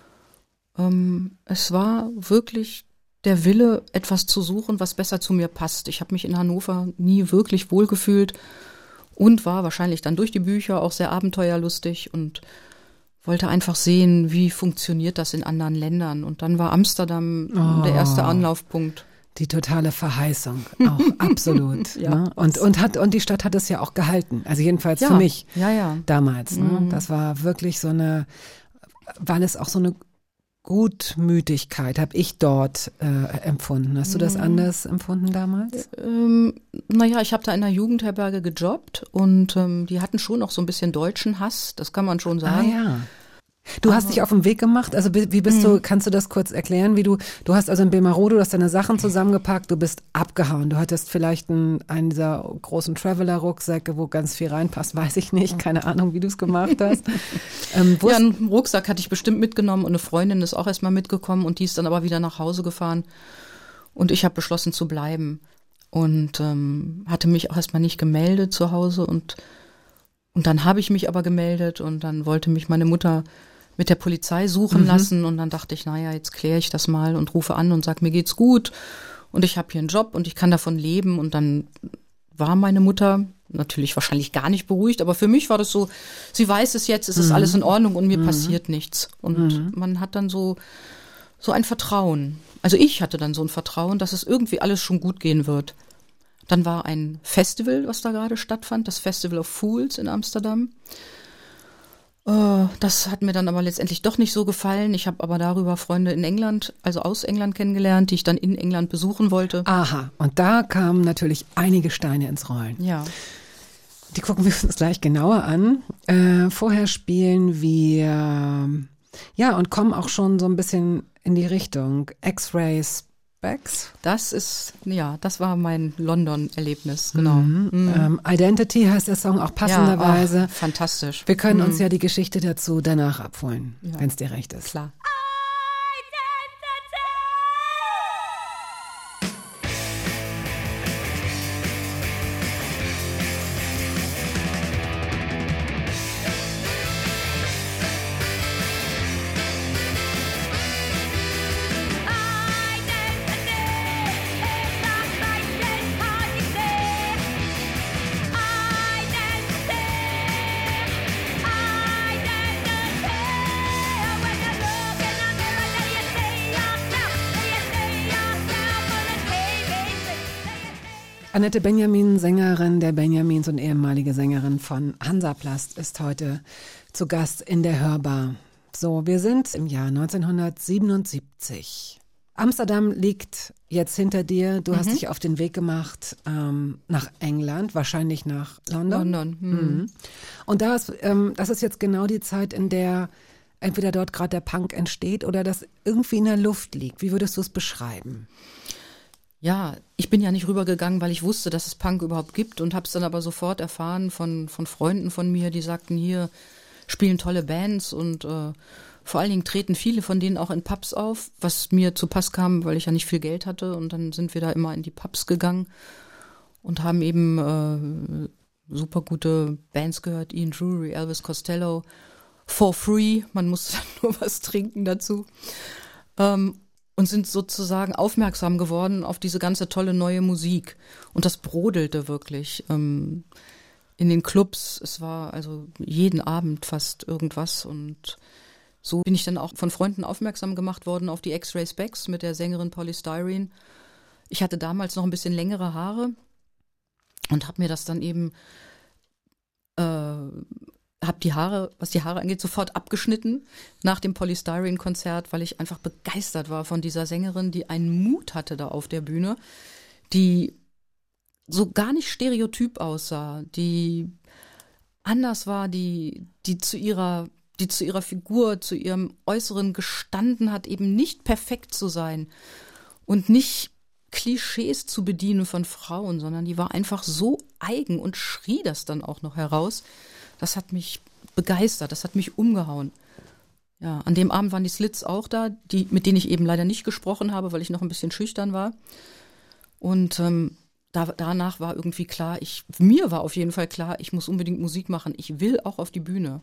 Ähm, es war wirklich der Wille, etwas zu suchen, was besser zu mir passt. Ich habe mich in Hannover nie wirklich wohlgefühlt und war wahrscheinlich dann durch die Bücher auch sehr abenteuerlustig und wollte einfach sehen, wie funktioniert das in anderen Ländern. Und dann war Amsterdam Oh. der erste Anlaufpunkt. Die totale Verheißung, auch absolut. Ja. Ne? Und, und, hat, und die Stadt hat es ja auch gehalten. Also jedenfalls Ja, für mich ja, ja. damals. Ne? Mhm. Das war wirklich so eine, weil es auch so eine Gutmütigkeit habe ich dort äh, empfunden. Hast du das Mhm. anders empfunden damals? Ähm, naja, ich habe da in einer Jugendherberge gejobbt und ähm, die hatten schon noch so ein bisschen deutschen Hass, das kann man schon sagen. Ah ja. Du hast dich auf den Weg gemacht, also bi- wie bist du, kannst du das kurz erklären, wie du, du hast also in Bemarode, du hast deine Sachen zusammengepackt, du bist abgehauen, du hattest vielleicht einen, einen dieser großen Traveler-Rucksäcke, wo ganz viel reinpasst, weiß ich nicht, keine Ahnung, wie du es gemacht hast. ähm, wo Ja, ist- einen Rucksack hatte ich bestimmt mitgenommen und eine Freundin ist auch erstmal mitgekommen und die ist dann aber wieder nach Hause gefahren und ich habe beschlossen zu bleiben und ähm, hatte mich auch erstmal nicht gemeldet zu Hause und, und dann habe ich mich aber gemeldet und dann wollte mich meine Mutter mit der Polizei suchen Mhm. lassen und dann dachte ich, naja, jetzt kläre ich das mal und rufe an und sag, mir geht's gut und ich habe hier einen Job und ich kann davon leben und dann war meine Mutter natürlich wahrscheinlich gar nicht beruhigt, aber für mich war das so, sie weiß es jetzt, es ist alles in Ordnung und mir passiert nichts und man hat dann so so ein Vertrauen, also ich hatte dann so ein Vertrauen, dass es irgendwie alles schon gut gehen wird. Dann war ein Festival, was da gerade stattfand, das Festival of Fools in Amsterdam. Äh, Das hat mir dann aber letztendlich doch nicht so gefallen. Ich habe aber darüber Freunde in England, also aus England kennengelernt, die ich dann in England besuchen wollte. Aha, und da kamen natürlich einige Steine ins Rollen. Ja. Die gucken wir uns gleich genauer an. Äh, vorher spielen wir, ja, und kommen auch schon so ein bisschen in die Richtung X-Ray Specs. Das ist, ja, das war mein London-Erlebnis, genau. Mhm. Ähm, Identity heißt der Song auch passenderweise. Ja, ach, fantastisch. Wir können Mhm. uns ja die Geschichte dazu danach abholen, Ja. wenn es dir recht ist. Klar. Annette Benjamin, Sängerin der Benjamins und ehemalige Sängerin von Hansaplast, ist heute zu Gast in der Hörbar. So, wir sind im Jahr neunzehnhundertsiebenundsiebzig. Amsterdam liegt jetzt hinter dir. Du hast dich auf den Weg gemacht ähm, nach England, wahrscheinlich nach London. London. Mhm. Mhm. Und da ist, ähm, das ist jetzt genau die Zeit, in der entweder dort gerade der Punk entsteht oder das irgendwie in der Luft liegt. Wie würdest du es beschreiben? Ja, ich bin ja nicht rübergegangen, weil ich wusste, dass es Punk überhaupt gibt und habe es dann aber sofort erfahren von, von Freunden von mir, die sagten, hier spielen tolle Bands und äh, vor allen Dingen treten viele von denen auch in Pubs auf, was mir zu Pass kam, weil ich ja nicht viel Geld hatte und dann sind wir da immer in die Pubs gegangen und haben eben äh, super gute Bands gehört, Ian Drury, Elvis Costello, for free, man musste dann nur was trinken dazu. Ähm, und sind sozusagen aufmerksam geworden auf diese ganze tolle neue Musik. Und das brodelte wirklich ähm, in den Clubs. Es war also jeden Abend fast irgendwas. Und so bin ich dann auch von Freunden aufmerksam gemacht worden auf die X-Ray Specs mit der Sängerin Polystyrene. Ich hatte damals noch ein bisschen längere Haare und habe mir das dann eben äh, habe die Haare, was die Haare angeht, sofort abgeschnitten nach dem Polystyrene-Konzert, weil ich einfach begeistert war von dieser Sängerin, die einen Mut hatte da auf der Bühne, die so gar nicht stereotyp aussah, die anders war, die, die zu ihrer, die zu ihrer Figur, zu ihrem Äußeren gestanden hat, eben nicht perfekt zu sein und nicht Klischees zu bedienen von Frauen, sondern die war einfach so eigen und schrie das dann auch noch heraus. das hat mich begeistert, das hat mich umgehauen. Ja, an dem Abend waren die Slits auch da, die, mit denen ich eben leider nicht gesprochen habe, weil ich noch ein bisschen schüchtern war. Und ähm, da, danach war irgendwie klar, ich, mir war auf jeden Fall klar, ich muss unbedingt Musik machen. Ich will auch auf die Bühne.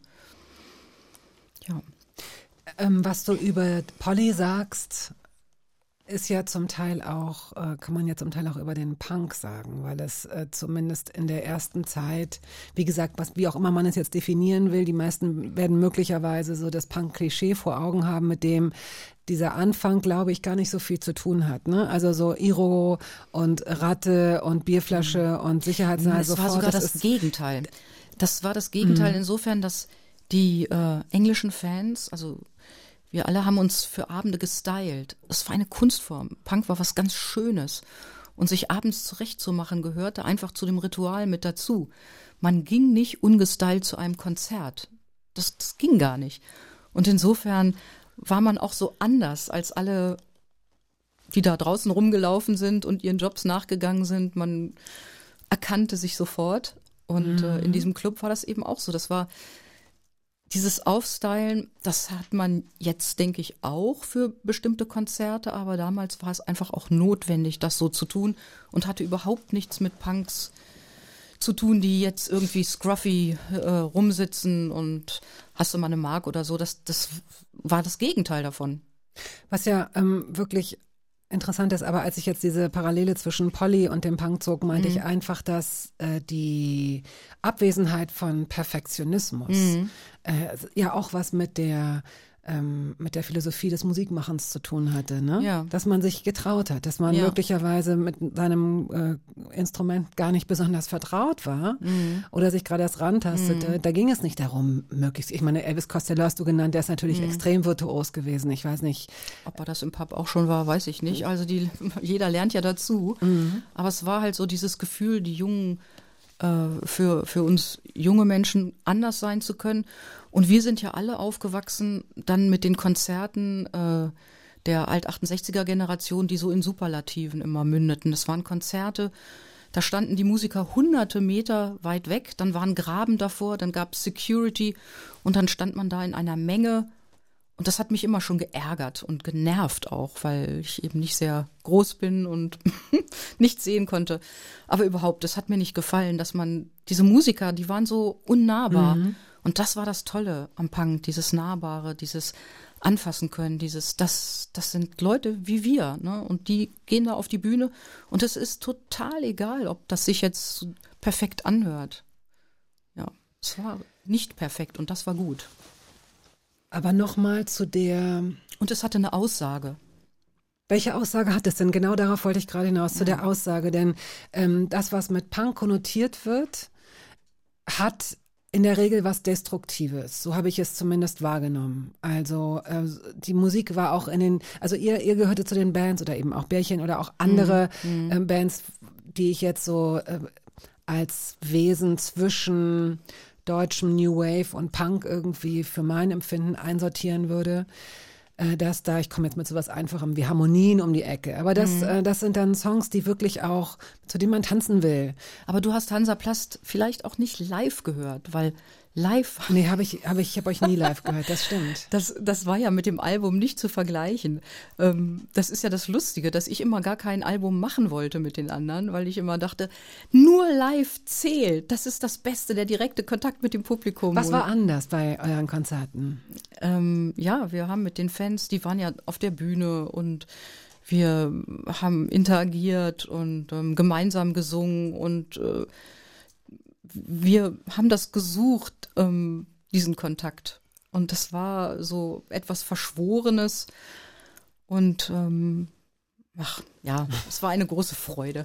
Ja. Ähm, was du über Polly sagst, ist ja zum Teil auch, äh, kann man ja zum Teil auch über den Punk sagen, weil es äh, zumindest in der ersten Zeit, wie gesagt, was, wie auch immer man es jetzt definieren will, die meisten werden möglicherweise so das Punk-Klischee vor Augen haben, mit dem dieser Anfang, glaube ich, gar nicht so viel zu tun hat. Ne? Also so Iro und Ratte und Bierflasche und Sicherheitsnadel. Das war sogar das, das Gegenteil. Das war das Gegenteil mhm. insofern, dass die äh, englischen Fans, also wir alle haben uns für Abende gestylt. Es war eine Kunstform. Punk war was ganz Schönes. Und sich abends zurechtzumachen gehörte einfach zu dem Ritual mit dazu. Man ging nicht ungestylt zu einem Konzert. Das, das ging gar nicht. Und insofern war man auch so anders als alle, die da draußen rumgelaufen sind und ihren Jobs nachgegangen sind. Man erkannte sich sofort. Und mhm. äh, in diesem Club war das eben auch so. Das war dieses Aufstylen, das hat man jetzt, denke ich, auch für bestimmte Konzerte, aber damals war es einfach auch notwendig, das so zu tun und hatte überhaupt nichts mit Punks zu tun, die jetzt irgendwie scruffy äh, rumsitzen und hast du mal eine Mark oder so. Das, das war das Gegenteil davon. Was ja ähm, wirklich interessant ist, aber als ich jetzt diese Parallele zwischen Polly und dem Punk zog, meinte mhm. ich einfach, dass äh, die Abwesenheit von Perfektionismus mhm. äh, ja auch was mit der ähm, mit der Philosophie des Musikmachens zu tun hatte, ne? Ja. Dass man sich getraut hat, dass man ja. möglicherweise mit seinem äh, Instrument gar nicht besonders vertraut war mhm. oder sich gerade erst rantastete. Mhm. Da ging es nicht darum, möglichst, ich meine, Elvis Costello hast du genannt, der ist natürlich mhm. extrem virtuos gewesen. Ich weiß nicht. Ob er das im Pub auch schon war, weiß ich nicht. Also die, jeder lernt ja dazu. Mhm. Aber es war halt so dieses Gefühl, die jungen für, für uns junge Menschen anders sein zu können. Und wir sind ja alle aufgewachsen dann mit den Konzerten äh, der Alt-achtundsechziger-Generation, die so in Superlativen immer mündeten. Das waren Konzerte, da standen die Musiker hunderte Meter weit weg, dann war ein Graben davor, dann gab es Security und dann stand man da in einer Menge. Und das hat mich immer schon geärgert und genervt auch, weil ich eben nicht sehr groß bin und nichts sehen konnte. Aber überhaupt, das hat mir nicht gefallen, dass man, diese Musiker, die waren so unnahbar. Mhm. Und das war das Tolle am Punk, dieses Nahbare, dieses Anfassen können, dieses, das, das sind Leute wie wir, ne? Und die gehen da auf die Bühne und es ist total egal, ob das sich jetzt perfekt anhört. Ja, es war nicht perfekt und das war gut. Aber nochmal zu der... Und es hatte eine Aussage. Welche Aussage hat es denn? Genau darauf wollte ich gerade hinaus, ja. zu der Aussage. Denn ähm, das, was mit Punk konnotiert wird, hat in der Regel was Destruktives. So habe ich es zumindest wahrgenommen. Also äh, die Musik war auch in den... Also ihr, ihr gehörte zu den Bands oder eben auch Bärchen oder auch andere mhm. äh, Bands, die ich jetzt so äh, als Wesen zwischen... deutschem New Wave und Punk irgendwie für mein Empfinden einsortieren würde, äh, dass da, ich komme jetzt mit sowas Einfachem wie Harmonien um die Ecke, aber das, mhm. äh, das sind dann Songs, die wirklich auch, zu denen man tanzen will. Aber du hast Hansaplast vielleicht auch nicht live gehört, weil live... Nee, habe ich, hab ich, ich habe euch nie live gehört, das stimmt. Das, das war ja mit dem Album nicht zu vergleichen. Ähm, das ist ja das Lustige, dass ich immer gar kein Album machen wollte mit den anderen, weil ich immer dachte, nur live zählt. Das ist das Beste, der direkte Kontakt mit dem Publikum. Was war anders bei euren Konzerten? Ähm, ja, wir haben mit den Fans, die waren ja auf der Bühne und wir haben interagiert und ähm, gemeinsam gesungen und äh, wir haben das gesucht, ähm, diesen Kontakt. Und das war so etwas Verschworenes. Und ähm, ach ja, es war eine große Freude.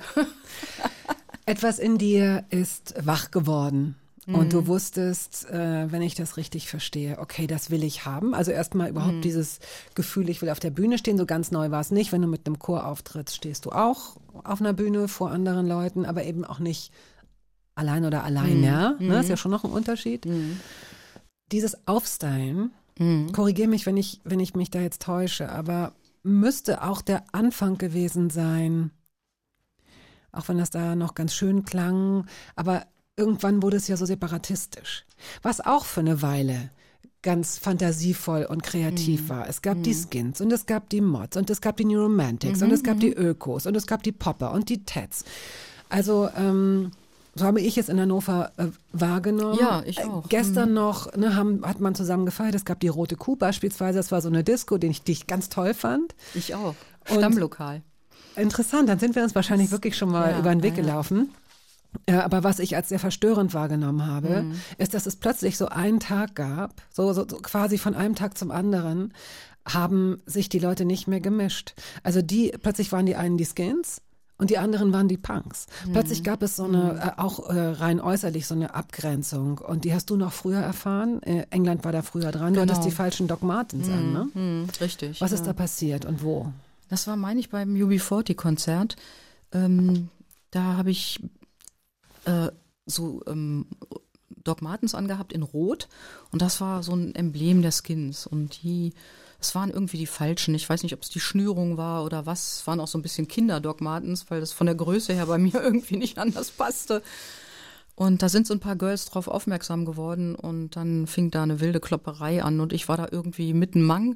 Etwas in dir ist wach geworden. Mhm. Und du wusstest, äh, wenn ich das richtig verstehe, okay, das will ich haben. Also erstmal überhaupt mhm. dieses Gefühl, ich will auf der Bühne stehen. So ganz neu war es nicht. Wenn du mit einem Chor auftrittst, stehst du auch auf einer Bühne vor anderen Leuten, aber eben auch nicht allein oder allein, mhm. ja, ne, ist ja schon noch ein Unterschied. Mhm. Dieses Aufstylen, mhm. korrigiere mich, wenn ich, wenn ich mich da jetzt täusche, aber müsste auch der Anfang gewesen sein, auch wenn das da noch ganz schön klang, aber irgendwann wurde es ja so separatistisch. Was auch für eine Weile ganz fantasievoll und kreativ mm. war. Es gab mm. die Skins und es gab die Mods und es gab die New Romantics mm-hmm, und es gab mm-hmm. die Ökos und es gab die Popper und die Teds. Also ähm, so habe ich es in Hannover äh, wahrgenommen. Ja, ich auch. Äh, gestern mm. noch ne, haben, hat man zusammen gefeiert. Es gab die Rote Kuh beispielsweise. Das war so eine Disco, die ich, die ich ganz toll fand. Ich auch. Und Stammlokal. Interessant, dann sind wir uns wahrscheinlich wirklich schon mal ja, über den Weg ja, gelaufen. Ja, aber was ich als sehr verstörend wahrgenommen habe, mhm. ist, dass es plötzlich so einen Tag gab, so, so, so quasi von einem Tag zum anderen, haben sich die Leute nicht mehr gemischt. Also die, plötzlich waren die einen die Skins und die anderen waren die Punks. Mhm. Plötzlich gab es so eine, äh, auch äh, rein äußerlich so eine Abgrenzung und die hast du noch früher erfahren. Äh, England war da früher dran, genau. du hattest die falschen Doc Martens mhm. an, ne? Mhm. Richtig. Was ja. ist da passiert und wo? Das war, meine ich, beim U B vierzig Konzert. Ähm, da habe ich äh, so ähm, Doc Martens angehabt in Rot und das war so ein Emblem der Skins und die, es waren irgendwie die falschen, ich weiß nicht, ob es die Schnürung war oder was, es waren auch so ein bisschen Kinder-Doc Martens, weil das von der Größe her bei mir irgendwie nicht anders passte. Und da sind so ein paar Girls drauf aufmerksam geworden und dann fing da eine wilde Klopperei an und ich war da irgendwie mitten Mang.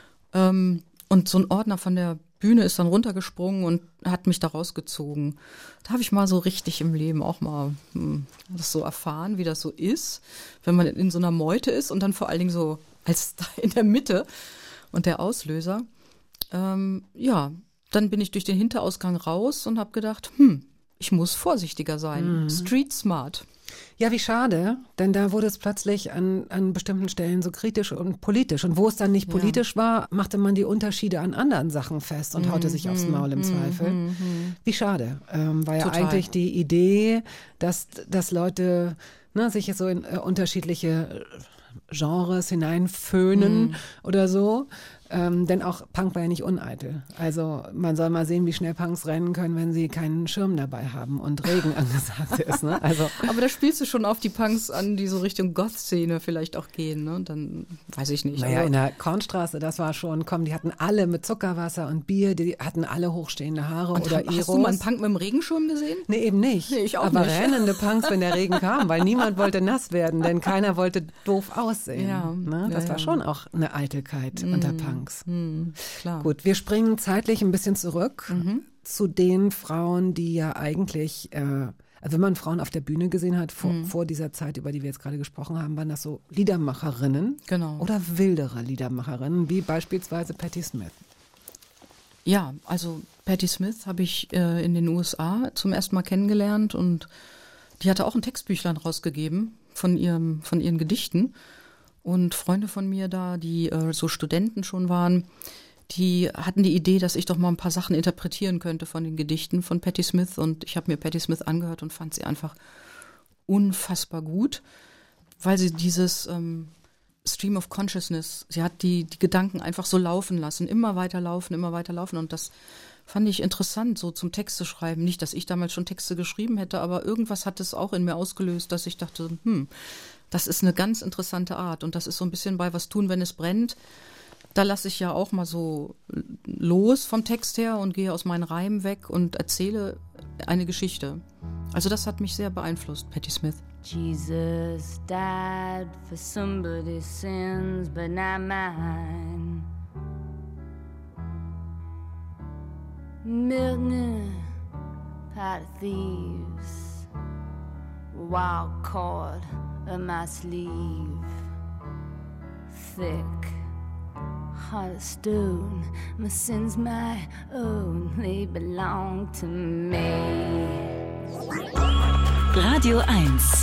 Ähm, und so ein Ordner von der Bühne ist dann runtergesprungen und hat mich da rausgezogen. Da habe ich mal so richtig im Leben auch mal hm, das so erfahren, wie das so ist, wenn man in so einer Meute ist und dann vor allen Dingen so als da in der Mitte und der Auslöser. Ähm, ja, dann bin ich durch den Hinterausgang raus und habe gedacht, hm, ich muss vorsichtiger sein. Mhm. Street smart. Ja, wie schade, denn da wurde es plötzlich an, an bestimmten Stellen so kritisch und politisch. Und wo es dann nicht politisch ja. war, machte man die Unterschiede an anderen Sachen fest und mm, haute sich mm, aufs Maul im mm, Zweifel. Mm, mm. Wie schade. Ähm, war Total. ja eigentlich die Idee, dass, dass Leute ne, sich so in äh, unterschiedliche Genres hineinföhnen mm. oder so. Ähm, denn auch Punk war ja nicht uneitel. Also man soll mal sehen, wie schnell Punks rennen können, wenn sie keinen Schirm dabei haben und Regen angesagt ist. Ne? Also, aber da spielst du schon auf die Punks an, die so Richtung Goth-Szene vielleicht auch gehen. Ne? Dann weiß ich nicht. Naja, also, in der Kornstraße, das war schon, komm, die hatten alle mit Zuckerwasser und Bier, die hatten alle hochstehende Haare und oder Iros. Hast du mal einen Punk mit dem Regenschirm gesehen? Nee, eben nicht. Nee, ich auch aber nicht. rennende Punks, wenn der Regen kam, weil niemand wollte nass werden, denn keiner wollte doof aussehen. Ja, ne? Das ja, war ja. schon auch eine Eitelkeit mm, unter Punks. Mm. Klar. Gut, wir springen zeitlich ein bisschen zurück mhm. zu den Frauen, die ja eigentlich, äh, also wenn man Frauen auf der Bühne gesehen hat, vor, mhm. vor dieser Zeit, über die wir jetzt gerade gesprochen haben, waren das so Liedermacherinnen genau. oder wildere Liedermacherinnen, wie beispielsweise Patti Smith. Ja, also Patti Smith habe ich äh, in den U S A zum ersten Mal kennengelernt und die hatte auch ein Textbüchlein rausgegeben von ihrem, von ihren Gedichten. Und Freunde von mir da, die äh, so Studenten schon waren, die hatten die Idee, dass ich doch mal ein paar Sachen interpretieren könnte von den Gedichten von Patti Smith. Und ich habe mir Patti Smith angehört und fand sie einfach unfassbar gut, weil sie dieses ähm, Stream of Consciousness, sie hat die, die Gedanken einfach so laufen lassen, immer weiter laufen, immer weiter laufen. Und das fand ich interessant, so zum Texte schreiben. Nicht, dass ich damals schon Texte geschrieben hätte, aber irgendwas hat es auch in mir ausgelöst, dass ich dachte, hm, das ist eine ganz interessante Art und das ist so ein bisschen bei Was tun, wenn es brennt. Da lasse ich ja auch mal so los vom Text her und gehe aus meinen Reimen weg und erzähle eine Geschichte. Also das hat mich sehr beeinflusst, Patti Smith. Jesus died for somebody's sins, but not mine. Milton, pot of thieves, wild cord of my sleeve, thick heart of stone, my sins my own, they belong to me. Radio eins.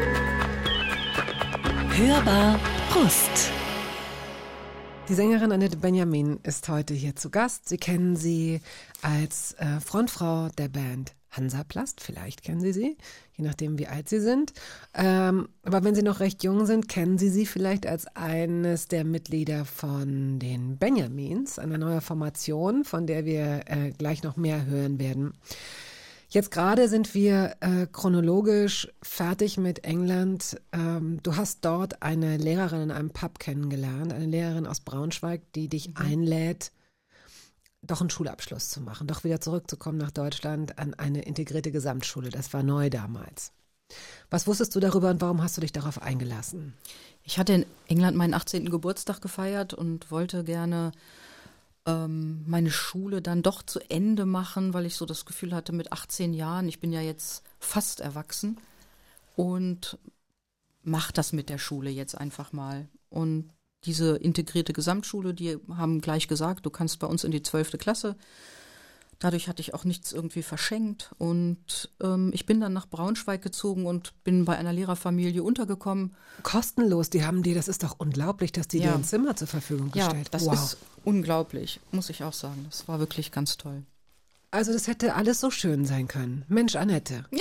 Hörbar Brust. Die Sängerin Annette Benjamin ist heute hier zu Gast. Sie kennen sie als äh, Frontfrau der Band Hansaplast, vielleicht kennen Sie sie, je nachdem wie alt Sie sind. Ähm, aber wenn Sie noch recht jung sind, kennen Sie sie vielleicht als eines der Mitglieder von den Benjamins, einer neuen Formation, von der wir äh, gleich noch mehr hören werden. Jetzt gerade sind wir äh, chronologisch fertig mit England. Ähm, du hast dort eine Lehrerin in einem Pub kennengelernt, eine Lehrerin aus Braunschweig, die dich mhm. einlädt, doch einen Schulabschluss zu machen, doch wieder zurückzukommen nach Deutschland an eine integrierte Gesamtschule. Das war neu damals. Was wusstest du darüber und warum hast du dich darauf eingelassen? Ich hatte in England meinen achtzehnten Geburtstag gefeiert und wollte gerne ähm, meine Schule dann doch zu Ende machen, weil ich so das Gefühl hatte, mit achtzehn Jahren, ich bin ja jetzt fast erwachsen und mach das mit der Schule jetzt einfach mal. Und diese integrierte Gesamtschule, die haben gleich gesagt, du kannst bei uns in die zwölfte Klasse. Dadurch hatte ich auch nichts irgendwie verschenkt und ähm, ich bin dann nach Braunschweig gezogen und bin bei einer Lehrerfamilie untergekommen. Kostenlos, die haben dir, das ist doch unglaublich, dass die Ja. dir ein Zimmer zur Verfügung Ja, gestellt das wow. ist unglaublich, muss ich auch sagen. Das war wirklich ganz toll. Also das hätte alles so schön sein können. Mensch, Annette. Ja.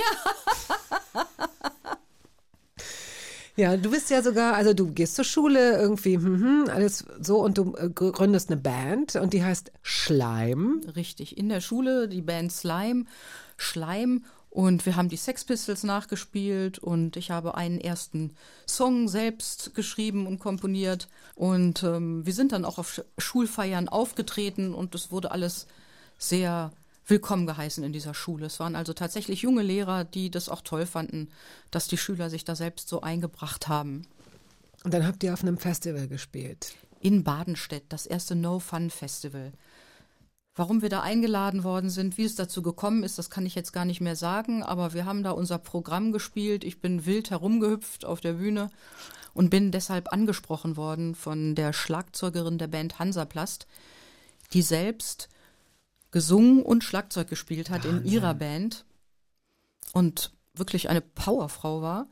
Ja, du bist ja sogar, also du gehst zur Schule irgendwie, hm, alles so und du äh, gründest eine Band und die heißt Schleim. Richtig, in der Schule die Band Slime, Schleim und wir haben die Sex Pistols nachgespielt und ich habe einen ersten Song selbst geschrieben und komponiert und ähm, wir sind dann auch auf Sch- Schulfeiern aufgetreten und es wurde alles sehr willkommen geheißen in dieser Schule. Es waren also tatsächlich junge Lehrer, die das auch toll fanden, dass die Schüler sich da selbst so eingebracht haben. Und dann habt ihr auf einem Festival gespielt. In Badenstedt, das erste No Fun Festival. Warum wir da eingeladen worden sind, wie es dazu gekommen ist, das kann ich jetzt gar nicht mehr sagen, aber wir haben da unser Programm gespielt. Ich bin wild herumgehüpft auf der Bühne und bin deshalb angesprochen worden von der Schlagzeugerin der Band Hansaplast, die selbst gesungen und Schlagzeug gespielt hat Wahnsinn. in ihrer Band und wirklich eine Powerfrau war.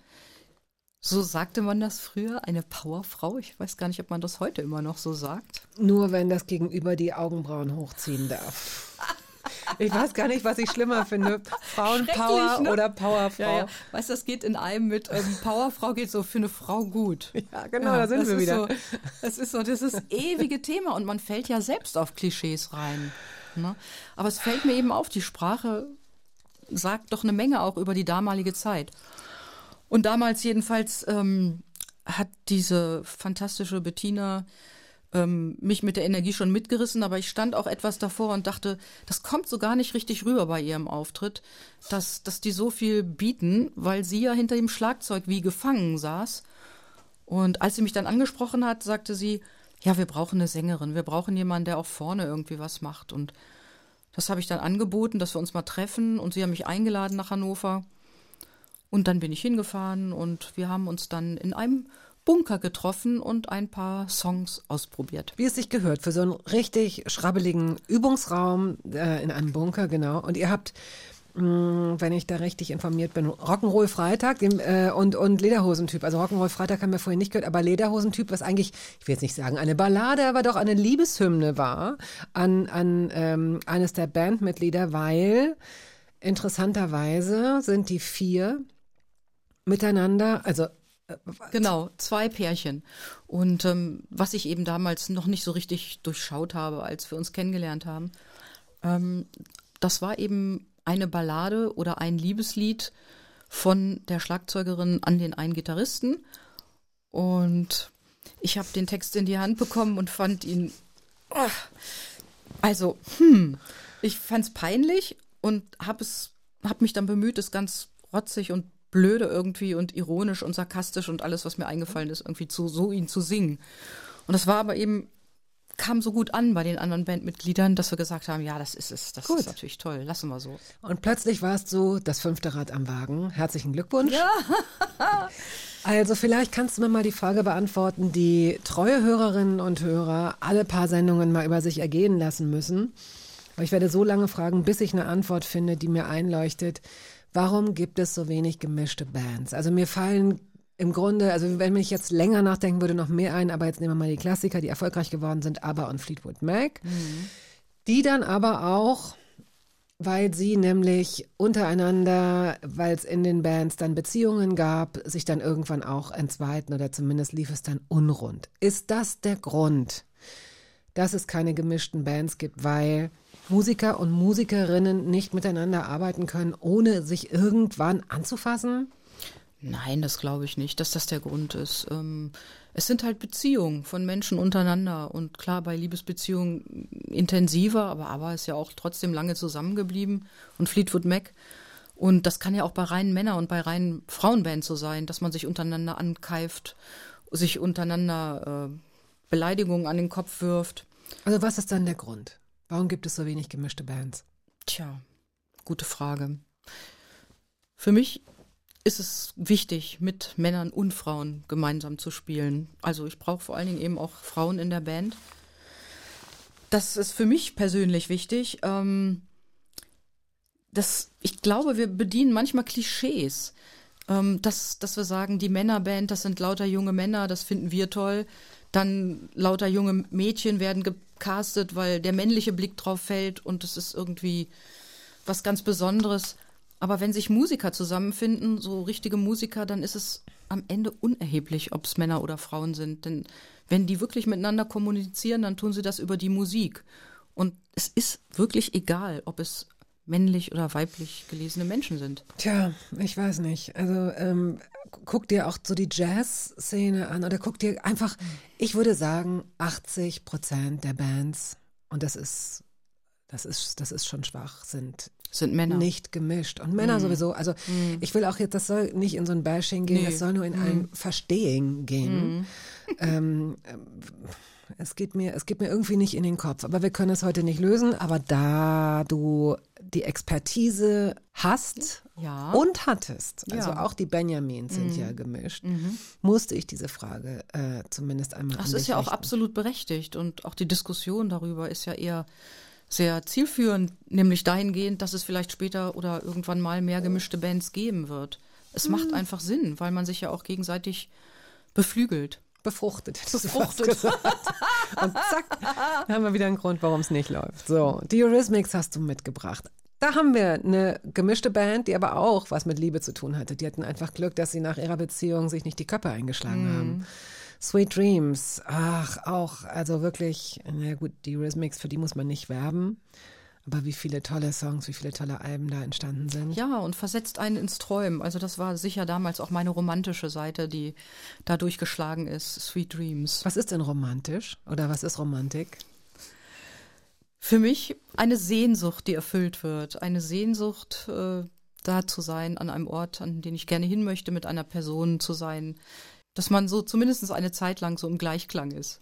So sagte man das früher, eine Powerfrau. Ich weiß gar nicht, ob man das heute immer noch so sagt. Nur wenn das Gegenüber die Augenbrauen hochziehen darf. Ich weiß gar nicht, was ich schlimmer finde. Frauenpower Schrecklich, ne? oder Powerfrau. Ja, ja. Weißt du, das geht in einem mit ähm, Powerfrau geht so für eine Frau gut. Ja, genau, da sind das wir ist wieder. So, das ist so, das ist das ewige Thema und man fällt ja selbst auf Klischees rein. Ne? Aber es fällt mir eben auf, die Sprache sagt doch eine Menge auch über die damalige Zeit. Und damals jedenfalls ähm, hat diese fantastische Bettina ähm, mich mit der Energie schon mitgerissen, aber ich stand auch etwas davor und dachte, das kommt so gar nicht richtig rüber bei ihrem Auftritt, dass, dass die so viel bieten, weil sie ja hinter dem Schlagzeug wie gefangen saß. Und als sie mich dann angesprochen hat, sagte sie, ja, wir brauchen eine Sängerin, wir brauchen jemanden, der auch vorne irgendwie was macht. Und das habe ich dann angeboten, dass wir uns mal treffen und sie haben mich eingeladen nach Hannover. Und dann bin ich hingefahren und wir haben uns dann in einem Bunker getroffen und ein paar Songs ausprobiert. Wie es sich gehört, für so einen richtig schrabbeligen Übungsraum äh, in einem Bunker, genau. Und ihr habt, mh, wenn ich da richtig informiert bin, Rock'n'Roll Freitag dem, äh, und, und Lederhosentyp. Also Rock'n'Roll Freitag haben wir vorhin nicht gehört, aber Lederhosentyp, was eigentlich, ich will jetzt nicht sagen eine Ballade, aber doch eine Liebeshymne war an, an ähm, eines der Bandmitglieder, weil interessanterweise sind die vier miteinander, also Genau, zwei Pärchen. Und ähm, was ich eben damals noch nicht so richtig durchschaut habe, als wir uns kennengelernt haben, ähm, das war eben eine Ballade oder ein Liebeslied von der Schlagzeugerin an den einen Gitarristen. Und ich habe den Text in die Hand bekommen und fand ihn, ach, also, hm, ich fand's peinlich und habe es, habe mich dann bemüht, es ganz rotzig und blöde irgendwie und ironisch und sarkastisch und alles, was mir eingefallen ist, irgendwie zu, so ihn zu singen. Und das war aber eben, kam so gut an bei den anderen Bandmitgliedern, dass wir gesagt haben, ja, das ist es, das Gut. ist natürlich toll, lassen wir so. Und plötzlich warst du das fünfte Rad am Wagen. Herzlichen Glückwunsch. Ja. Also vielleicht kannst du mir mal die Frage beantworten, die treue Hörerinnen und Hörer alle paar Sendungen mal über sich ergehen lassen müssen. Aber ich werde so lange fragen, bis ich eine Antwort finde, die mir einleuchtet. Warum gibt es so wenig gemischte Bands? Also mir fallen im Grunde, also wenn ich jetzt länger nachdenken würde, noch mehr ein, aber jetzt nehmen wir mal die Klassiker, die erfolgreich geworden sind, ABBA und Fleetwood Mac, mhm. die dann aber auch, weil sie nämlich untereinander, weil es in den Bands dann Beziehungen gab, sich dann irgendwann auch entzweiten oder zumindest lief es dann unrund. Ist das der Grund, dass es keine gemischten Bands gibt, weil Musiker und Musikerinnen nicht miteinander arbeiten können, ohne sich irgendwann anzufassen? Nein, das glaube ich nicht, dass das der Grund ist. Ähm, es sind halt Beziehungen von Menschen untereinander und klar, bei Liebesbeziehungen intensiver, aber ABBA ist ja auch trotzdem lange zusammengeblieben und Fleetwood Mac. Und das kann ja auch bei reinen Männer- und bei reinen Frauenbands so sein, dass man sich untereinander ankeift, sich untereinander äh, Beleidigungen an den Kopf wirft. Also was ist dann der Grund? Warum gibt es so wenig gemischte Bands? Tja, gute Frage. Für mich ist es wichtig, mit Männern und Frauen gemeinsam zu spielen. Also ich brauche vor allen Dingen eben auch Frauen in der Band. Das ist für mich persönlich wichtig. Ähm, das, ich glaube, wir bedienen manchmal Klischees. Ähm, dass, dass wir sagen, die Männerband, das sind lauter junge Männer, das finden wir toll. Dann lauter junge Mädchen werden gecastet, weil der männliche Blick drauf fällt und es ist irgendwie was ganz Besonderes. Aber wenn sich Musiker zusammenfinden, so richtige Musiker, dann ist es am Ende unerheblich, ob es Männer oder Frauen sind. Denn wenn die wirklich miteinander kommunizieren, dann tun sie das über die Musik. Und es ist wirklich egal, ob es männlich oder weiblich gelesene Menschen sind. Tja, ich weiß nicht. Also ähm, guck dir auch so die Jazz-Szene an oder guck dir einfach, ich würde sagen, achtzig Prozent der Bands, und das ist, das ist, das ist schon schwach, sind Sind Männer. nicht gemischt. Und Männer Mhm. sowieso. Also Mhm. ich will auch jetzt, das soll nicht in so ein Bashing gehen, Nee. das soll nur in ein Verstehen gehen. Mhm. Ähm, es geht mir, es geht mir irgendwie nicht in den Kopf. Aber wir können es heute nicht lösen. Aber da du die Expertise hast Ja. und hattest, also Ja. auch die Benjamins sind Mhm. ja gemischt, Mhm. musste ich diese Frage äh, zumindest einmal Das an ist dich ja auch richten. absolut berechtigt und auch die Diskussion darüber ist ja eher sehr zielführend, nämlich dahingehend, dass es vielleicht später oder irgendwann mal mehr gemischte Bands geben wird. Es macht einfach Sinn, weil man sich ja auch gegenseitig beflügelt. Befruchtet. hättest du Befruchtet. fast gesagt. Und zack, da haben wir wieder einen Grund, warum es nicht läuft. So, die Eurythmics hast du mitgebracht. Da haben wir eine gemischte Band, die aber auch was mit Liebe zu tun hatte. Die hatten einfach Glück, dass sie nach ihrer Beziehung sich nicht die Köpfe eingeschlagen haben. Sweet Dreams, ach, auch, also wirklich, na gut, die Eurythmics, für die muss man nicht werben. Aber wie viele tolle Songs, wie viele tolle Alben da entstanden sind. Ja, und versetzt einen ins Träumen. Also das war sicher damals auch meine romantische Seite, die da durchgeschlagen ist. Sweet Dreams. Was ist denn romantisch? Oder was ist Romantik? Für mich eine Sehnsucht, die erfüllt wird. Eine Sehnsucht, äh, da zu sein, an einem Ort, an den ich gerne hin möchte, mit einer Person zu sein. Dass man so zumindest eine Zeit lang so im Gleichklang ist.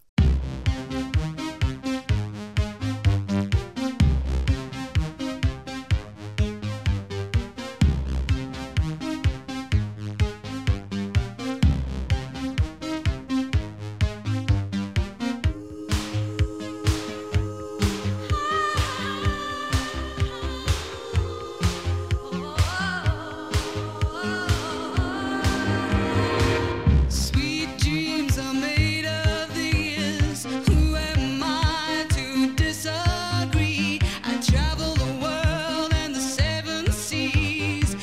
Sweet dreams are made of this. Who am I to disagree? I travel the world and the seven seas.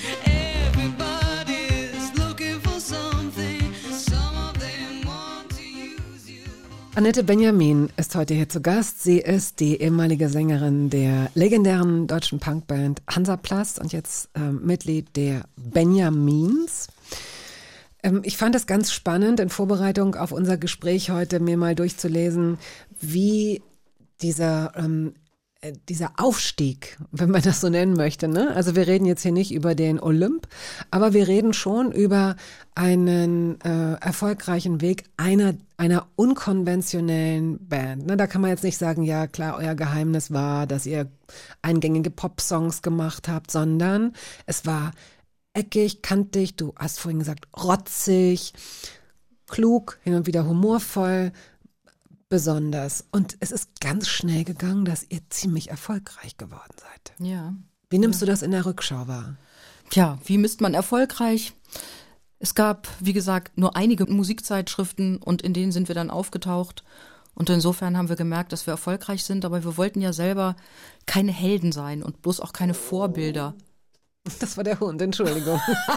Everybody's looking for something. Some of them want to use you. Annette Benjamin ist heute hier zu Gast. Sie ist die ehemalige Sängerin der legendären deutschen Punkband Hansaplast und jetzt ähm, Mitglied der Benjamins. Ähm, ich fand es ganz spannend, in Vorbereitung auf unser Gespräch heute mir mal durchzulesen, wie dieser, ähm, äh, dieser Aufstieg, wenn man das so nennen möchte, ne? Also wir reden jetzt hier nicht über den Olymp, aber wir reden schon über einen äh, erfolgreichen Weg einer, einer unkonventionellen Band. Ne? Da kann man jetzt nicht sagen, ja klar, euer Geheimnis war, dass ihr eingängige Popsongs gemacht habt, sondern es war eckig, kantig, du hast vorhin gesagt, rotzig, klug, hin und wieder humorvoll, besonders. Und es ist ganz schnell gegangen, dass ihr ziemlich erfolgreich geworden seid. Ja. Wie nimmst du das in der Rückschau wahr? Tja, wie misst man erfolgreich? Es gab, wie gesagt, nur einige Musikzeitschriften und in denen sind wir dann aufgetaucht. Und insofern haben wir gemerkt, dass wir erfolgreich sind, aber wir wollten ja selber keine Helden sein und bloß auch keine Vorbilder. Das war der Hund, Entschuldigung.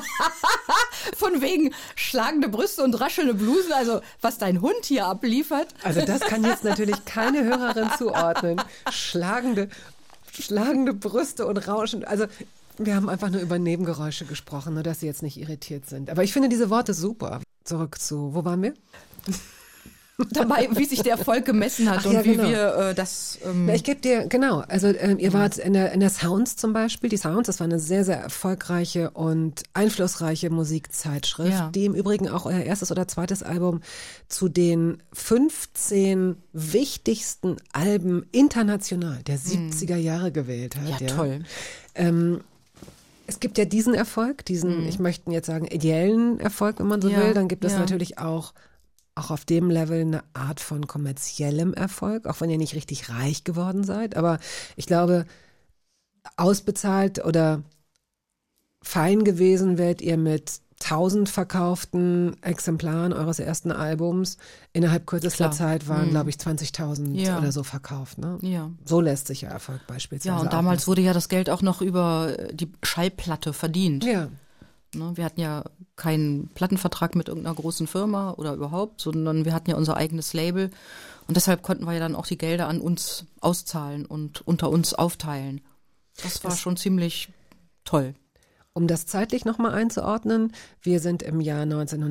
Von wegen schlagende Brüste und raschelnde Blusen, also was dein Hund hier abliefert. Also das kann jetzt natürlich keine Hörerin zuordnen. Schlagende, schlagende Brüste und rauschend. Also wir haben einfach nur über Nebengeräusche gesprochen, nur dass sie jetzt nicht irritiert sind. Aber ich finde diese Worte super. Zurück zu, wo waren wir? dabei, wie sich der Erfolg gemessen hat Ach und ja, wie genau. wir äh, das. Ähm, Na, ich gebe dir, genau, also ähm, ihr wart in der, in der Sounds zum Beispiel, die Sounds, das war eine sehr, sehr erfolgreiche und einflussreiche Musikzeitschrift, Ja. die im Übrigen auch euer erstes oder zweites Album zu den fünfzehn wichtigsten Alben international der siebziger Jahre gewählt hat. ja, toll. Ähm, es gibt ja diesen Erfolg, diesen, ich möchte jetzt sagen, ideellen Erfolg, wenn man so Ja, will. Dann gibt es ja. natürlich auch, auch auf dem Level eine Art von kommerziellem Erfolg, auch wenn ihr nicht richtig reich geworden seid. Aber ich glaube, ausbezahlt oder fein gewesen werdet ihr mit tausend verkauften Exemplaren eures ersten Albums. Innerhalb kürzester Klar. Zeit waren, Mhm. glaube ich, zwanzigtausend Ja. oder so verkauft. Ne? Ja. So lässt sich ja Erfolg beispielsweise Ja, und auch damals messen. wurde ja das Geld auch noch über die Schallplatte verdient. Ja. Ne, wir hatten ja keinen Plattenvertrag mit irgendeiner großen Firma oder überhaupt, sondern wir hatten ja unser eigenes Label. Und deshalb konnten wir ja dann auch die Gelder an uns auszahlen und unter uns aufteilen. Das war Das- schon ziemlich toll. Um das zeitlich nochmal einzuordnen, wir sind im Jahr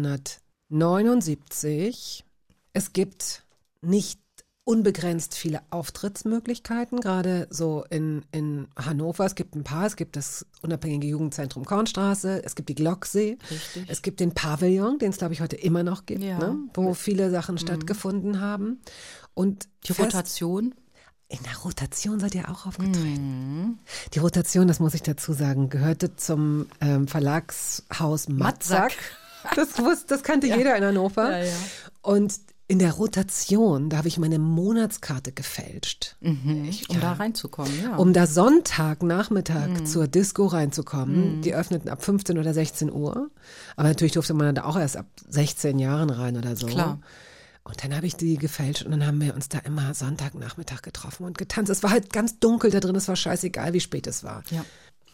neunzehnhundertneunundsiebzig. Es gibt nicht unbegrenzt viele Auftrittsmöglichkeiten, gerade so in, in Hannover. Es gibt ein paar, es gibt das unabhängige Jugendzentrum Kornstraße, es gibt die Glocksee, Richtig. es gibt den Pavillon, den es glaube ich heute immer noch gibt, Ja. ne? Wo viele Sachen stattgefunden haben. Und Die fest- Rotation. in der Rotation seid ihr auch aufgetreten. Die Rotation, das muss ich dazu sagen, gehörte zum ähm, Verlagshaus Matzak. Das, wusste, das kannte jeder in Hannover. Ja, ja. Und in der Rotation, da habe ich meine Monatskarte gefälscht. Ich, Um ja, da reinzukommen, ja. um da Sonntagnachmittag zur Disco reinzukommen. Die öffneten ab fünfzehn oder sechzehn Uhr. Aber natürlich durfte man da auch erst ab sechzehn Jahren rein oder so. Klar. Und dann habe ich die gefälscht und dann haben wir uns da immer Sonntagnachmittag getroffen und getanzt. Es war halt ganz dunkel da drin, es war scheißegal, wie spät es war. Ja.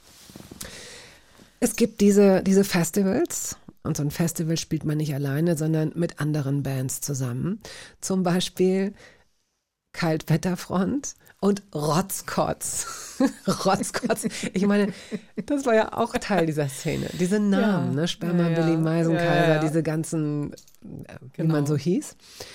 Es gibt diese, diese Festivals und so ein Festival spielt man nicht alleine, sondern mit anderen Bands zusammen. Zum Beispiel Kaltwetterfront und Rotzkotz. Rotzkotz. Ich meine, das war ja auch Teil dieser Szene. Diese Namen, Ja. ne? Sperma, Ja, ja. Billy Meisenkaiser, Ja, ja. diese ganzen, äh, wie Genau. man so hieß.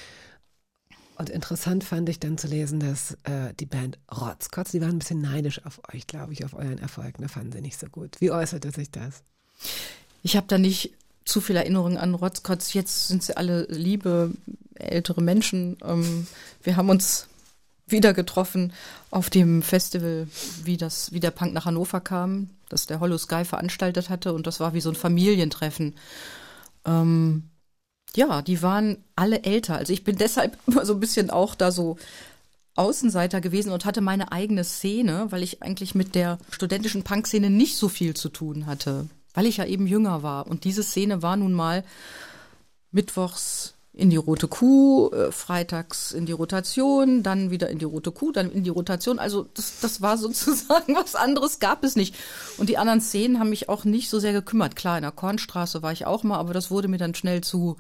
Und interessant fand ich dann zu lesen, dass äh, die Band Rotzkotz, die waren ein bisschen neidisch auf euch, glaube ich, auf euren Erfolg. Ne? Fanden sie nicht so gut. Wie äußerte sich das? Ich habe da nicht zu viel Erinnerung an Rotzkotz. Jetzt sind sie alle liebe, ältere Menschen. Ähm, wir haben uns wieder getroffen auf dem Festival, wie das, wie der Punk nach Hannover kam, das der Hollow Sky veranstaltet hatte, und das war wie so ein Familientreffen. Ähm, ja, die waren alle älter. Also ich bin deshalb immer so ein bisschen auch da so Außenseiter gewesen und hatte meine eigene Szene, weil ich eigentlich mit der studentischen Punk-Szene nicht so viel zu tun hatte, weil ich ja eben jünger war. Und diese Szene war nun mal mittwochs in die Rote Kuh, äh, freitags in die Rotation, dann wieder in die Rote Kuh, dann in die Rotation. Also das, das war sozusagen, was anderes gab es nicht. Und die anderen Szenen haben mich auch nicht so sehr gekümmert. Klar, in der Kornstraße war ich auch mal, aber das wurde mir dann schnell zu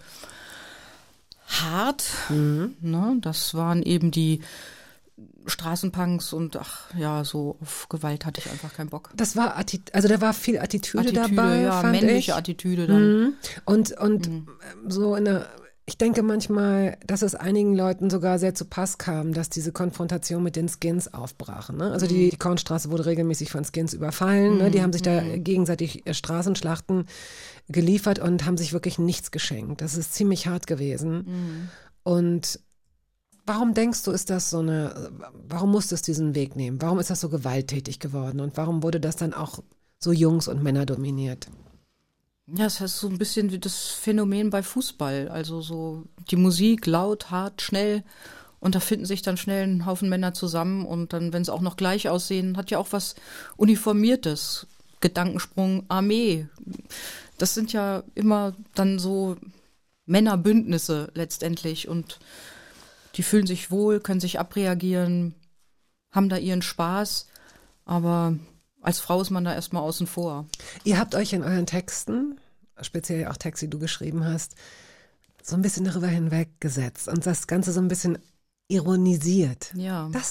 hart. Mhm. Ne? Das waren eben die Straßenpunks und ach ja, so auf Gewalt hatte ich einfach keinen Bock. Das war, Atti also da war viel Attitüde, Attitüde, dabei, ja, fand männliche ich. Attitüde dann. Mhm. Und, und ähm, so in der, ich denke manchmal, dass es einigen Leuten sogar sehr zu Pass kam, dass diese Konfrontation mit den Skins aufbrachen. Ne? Also die, die Kornstraße wurde regelmäßig von Skins überfallen. Ne? Die haben sich da gegenseitig äh, Straßenschlachten geliefert und haben sich wirklich nichts geschenkt. Das ist ziemlich hart gewesen. Und warum denkst du, ist das so eine, warum musste es diesen Weg nehmen? Warum ist das so gewalttätig geworden? Und warum wurde das dann auch so Jungs- und Männer dominiert? Ja, es ist so ein bisschen wie das Phänomen bei Fußball. Also so die Musik laut, hart, schnell. Und da finden sich dann schnell ein Haufen Männer zusammen. Und dann, wenn sie auch noch gleich aussehen, hat ja auch was Uniformiertes. Gedankensprung, Armee. Das sind ja immer dann so Männerbündnisse letztendlich. Und die fühlen sich wohl, können sich abreagieren, haben da ihren Spaß. Aber als Frau ist man da erstmal außen vor. Ihr habt euch in euren Texten, speziell auch Texte, die du geschrieben hast, so ein bisschen darüber hinweggesetzt und das Ganze so ein bisschen ironisiert. Ja. Das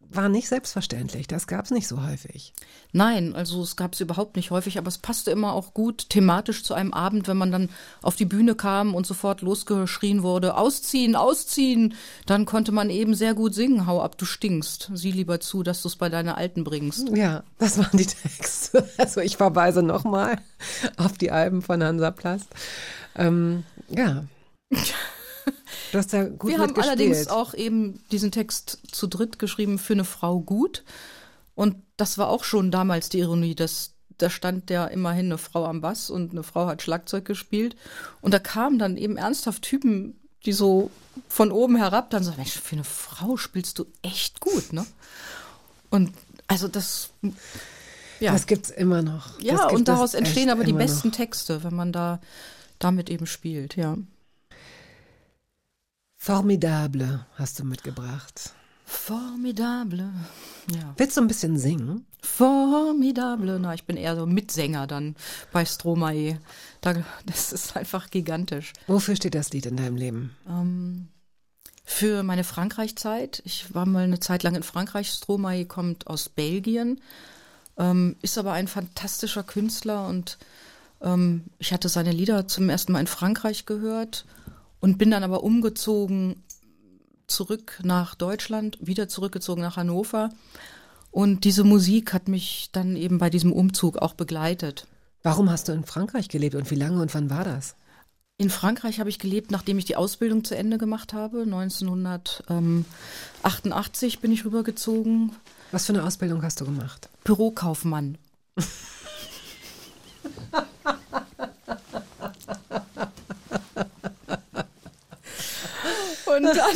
war nicht selbstverständlich. Das gab es nicht so häufig. Nein, also es gab es überhaupt nicht häufig, aber es passte immer auch gut thematisch zu einem Abend, wenn man dann auf die Bühne kam und sofort losgeschrien wurde, ausziehen, ausziehen. Dann konnte man eben sehr gut singen, hau ab, du stinkst. Sieh lieber zu, dass du es bei deiner Alten bringst. Ja, das waren die Texte. Also ich verweise nochmal auf die Alben von Hansaplast. Ähm, ja. Du hast ja gut Wir haben mitgespielt. allerdings auch eben diesen Text zu dritt geschrieben, für eine Frau gut. Und das war auch schon damals die Ironie, dass da stand ja immerhin eine Frau am Bass und eine Frau hat Schlagzeug gespielt. Und da kamen dann eben ernsthaft Typen, die so von oben herab dann so, Mensch, für eine Frau spielst du echt gut, ne? Und also das, ja. Das gibt's immer noch. Das Ja, gibt und daraus es entstehen echt aber die immer besten noch. Texte, wenn man da damit eben spielt, ja. Formidable hast du mitgebracht. Formidable, ja. Willst du ein bisschen singen? Formidable, na, ich bin eher so Mitsänger dann bei Stromae. Da, das ist einfach gigantisch. Wofür steht das Lied in deinem Leben? Ähm, für meine Frankreich-Zeit, ich war mal eine Zeit lang in Frankreich, Stromae kommt aus Belgien, ähm, ist aber ein fantastischer Künstler und ähm, ich hatte seine Lieder zum ersten Mal in Frankreich gehört und bin dann aber umgezogen zurück nach Deutschland, wieder zurückgezogen nach Hannover. Und diese Musik hat mich dann eben bei diesem Umzug auch begleitet. Warum hast du in Frankreich gelebt und wie lange und wann war das? In Frankreich habe ich gelebt, nachdem ich die Ausbildung zu Ende gemacht habe. neunzehnhundertachtundachtzig bin ich rübergezogen. Was für eine Ausbildung hast du gemacht? Bürokaufmann. Und dann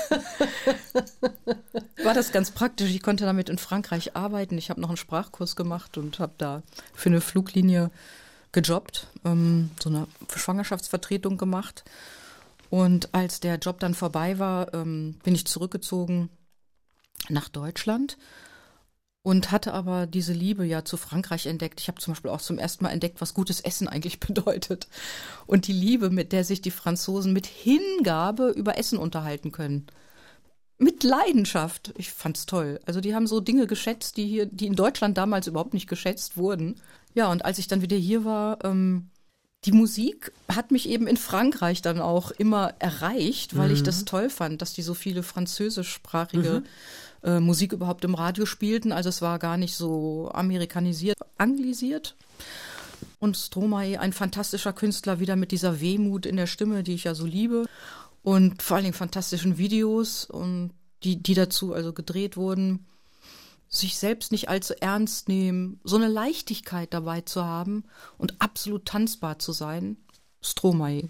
war das ganz praktisch. Ich konnte damit in Frankreich arbeiten. Ich habe noch einen Sprachkurs gemacht und habe da für eine Fluglinie gejobbt, ähm, so eine Schwangerschaftsvertretung gemacht. Und als der Job dann vorbei war, ähm, bin ich zurückgezogen nach Deutschland und hatte aber diese Liebe ja zu Frankreich entdeckt. Ich habe zum Beispiel auch zum ersten Mal entdeckt, was gutes Essen eigentlich bedeutet. Und die Liebe, mit der sich die Franzosen mit Hingabe über Essen unterhalten können. Mit Leidenschaft. Ich fand's toll. Also die haben so Dinge geschätzt, die hier, die in Deutschland damals überhaupt nicht geschätzt wurden. Ja, und als ich dann wieder hier war, ähm, die Musik hat mich eben in Frankreich dann auch immer erreicht, weil mhm. ich das toll fand, dass die so viele französischsprachige mhm. äh, Musik überhaupt im Radio spielten. Also es war gar nicht so amerikanisiert, anglisiert. Und Stromae, ein fantastischer Künstler, wieder mit dieser Wehmut in der Stimme, die ich ja so liebe. Und vor allen Dingen fantastischen Videos, und die, die dazu also gedreht wurden. Sich selbst nicht allzu ernst nehmen, so eine Leichtigkeit dabei zu haben und absolut tanzbar zu sein. Stromae.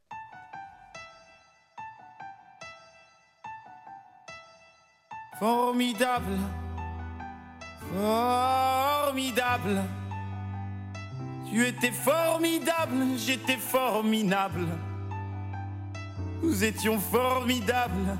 Formidable, formidable. Tu étais formidable, j'étais formidable. Nous étions formidables.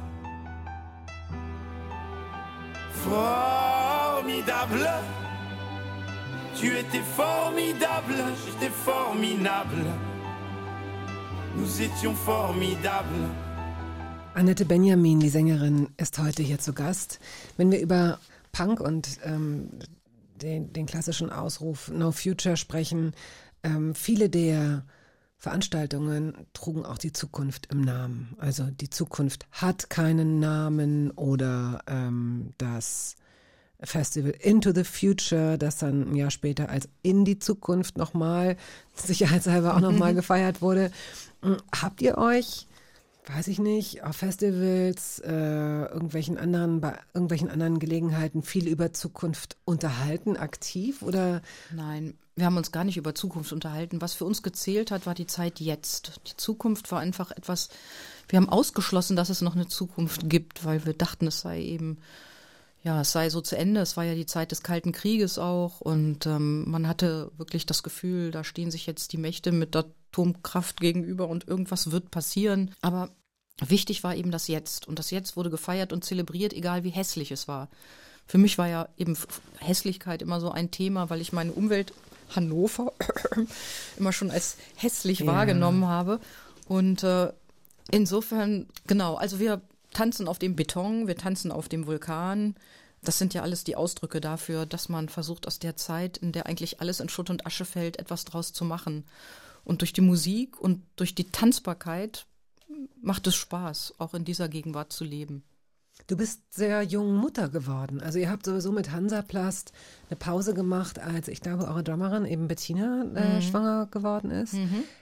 Formidable. Tu étais formidable, j'étais formidable. Nous étions formidables. Annette Benjamin, die Sängerin, ist heute hier zu Gast. Wenn wir über Punk und ähm, den, den klassischen Ausruf No Future sprechen, ähm, viele der Veranstaltungen trugen auch die Zukunft im Namen. Also die Zukunft hat keinen Namen oder ähm, das Festival Into the Future, das dann ein Jahr später als In die Zukunft nochmal, sicherheitshalber auch nochmal gefeiert wurde. Habt ihr euch, weiß ich nicht, auf Festivals, äh, irgendwelchen anderen, bei irgendwelchen anderen Gelegenheiten viel über Zukunft unterhalten, aktiv oder? Nein, wir haben uns gar nicht über Zukunft unterhalten. Was für uns gezählt hat, war die Zeit jetzt. Die Zukunft war einfach etwas, wir haben ausgeschlossen, dass es noch eine Zukunft gibt, weil wir dachten, es sei eben, ja, es sei so zu Ende. Es war ja die Zeit des Kalten Krieges auch und ähm, man hatte wirklich das Gefühl, da stehen sich jetzt die Mächte mit Atomkraft gegenüber und irgendwas wird passieren. Aber wichtig war eben das Jetzt und das Jetzt wurde gefeiert und zelebriert, egal wie hässlich es war. Für mich war ja eben Hässlichkeit immer so ein Thema, weil ich meine Umwelt Hannover immer schon als hässlich ja. wahrgenommen habe. Und äh, insofern, genau, also wir tanzen auf dem Beton, wir tanzen auf dem Vulkan, Das sind ja alles die Ausdrücke dafür, dass man versucht, aus der Zeit, in der eigentlich alles in Schutt und Asche fällt, etwas draus zu machen. Und durch die Musik und durch die Tanzbarkeit macht es Spaß, auch in dieser Gegenwart zu leben. Du bist sehr jung Mutter geworden. Also ihr habt sowieso mit Hansaplast eine Pause gemacht, als ich glaube, eure Drummerin eben Bettina äh, Mhm. schwanger geworden ist.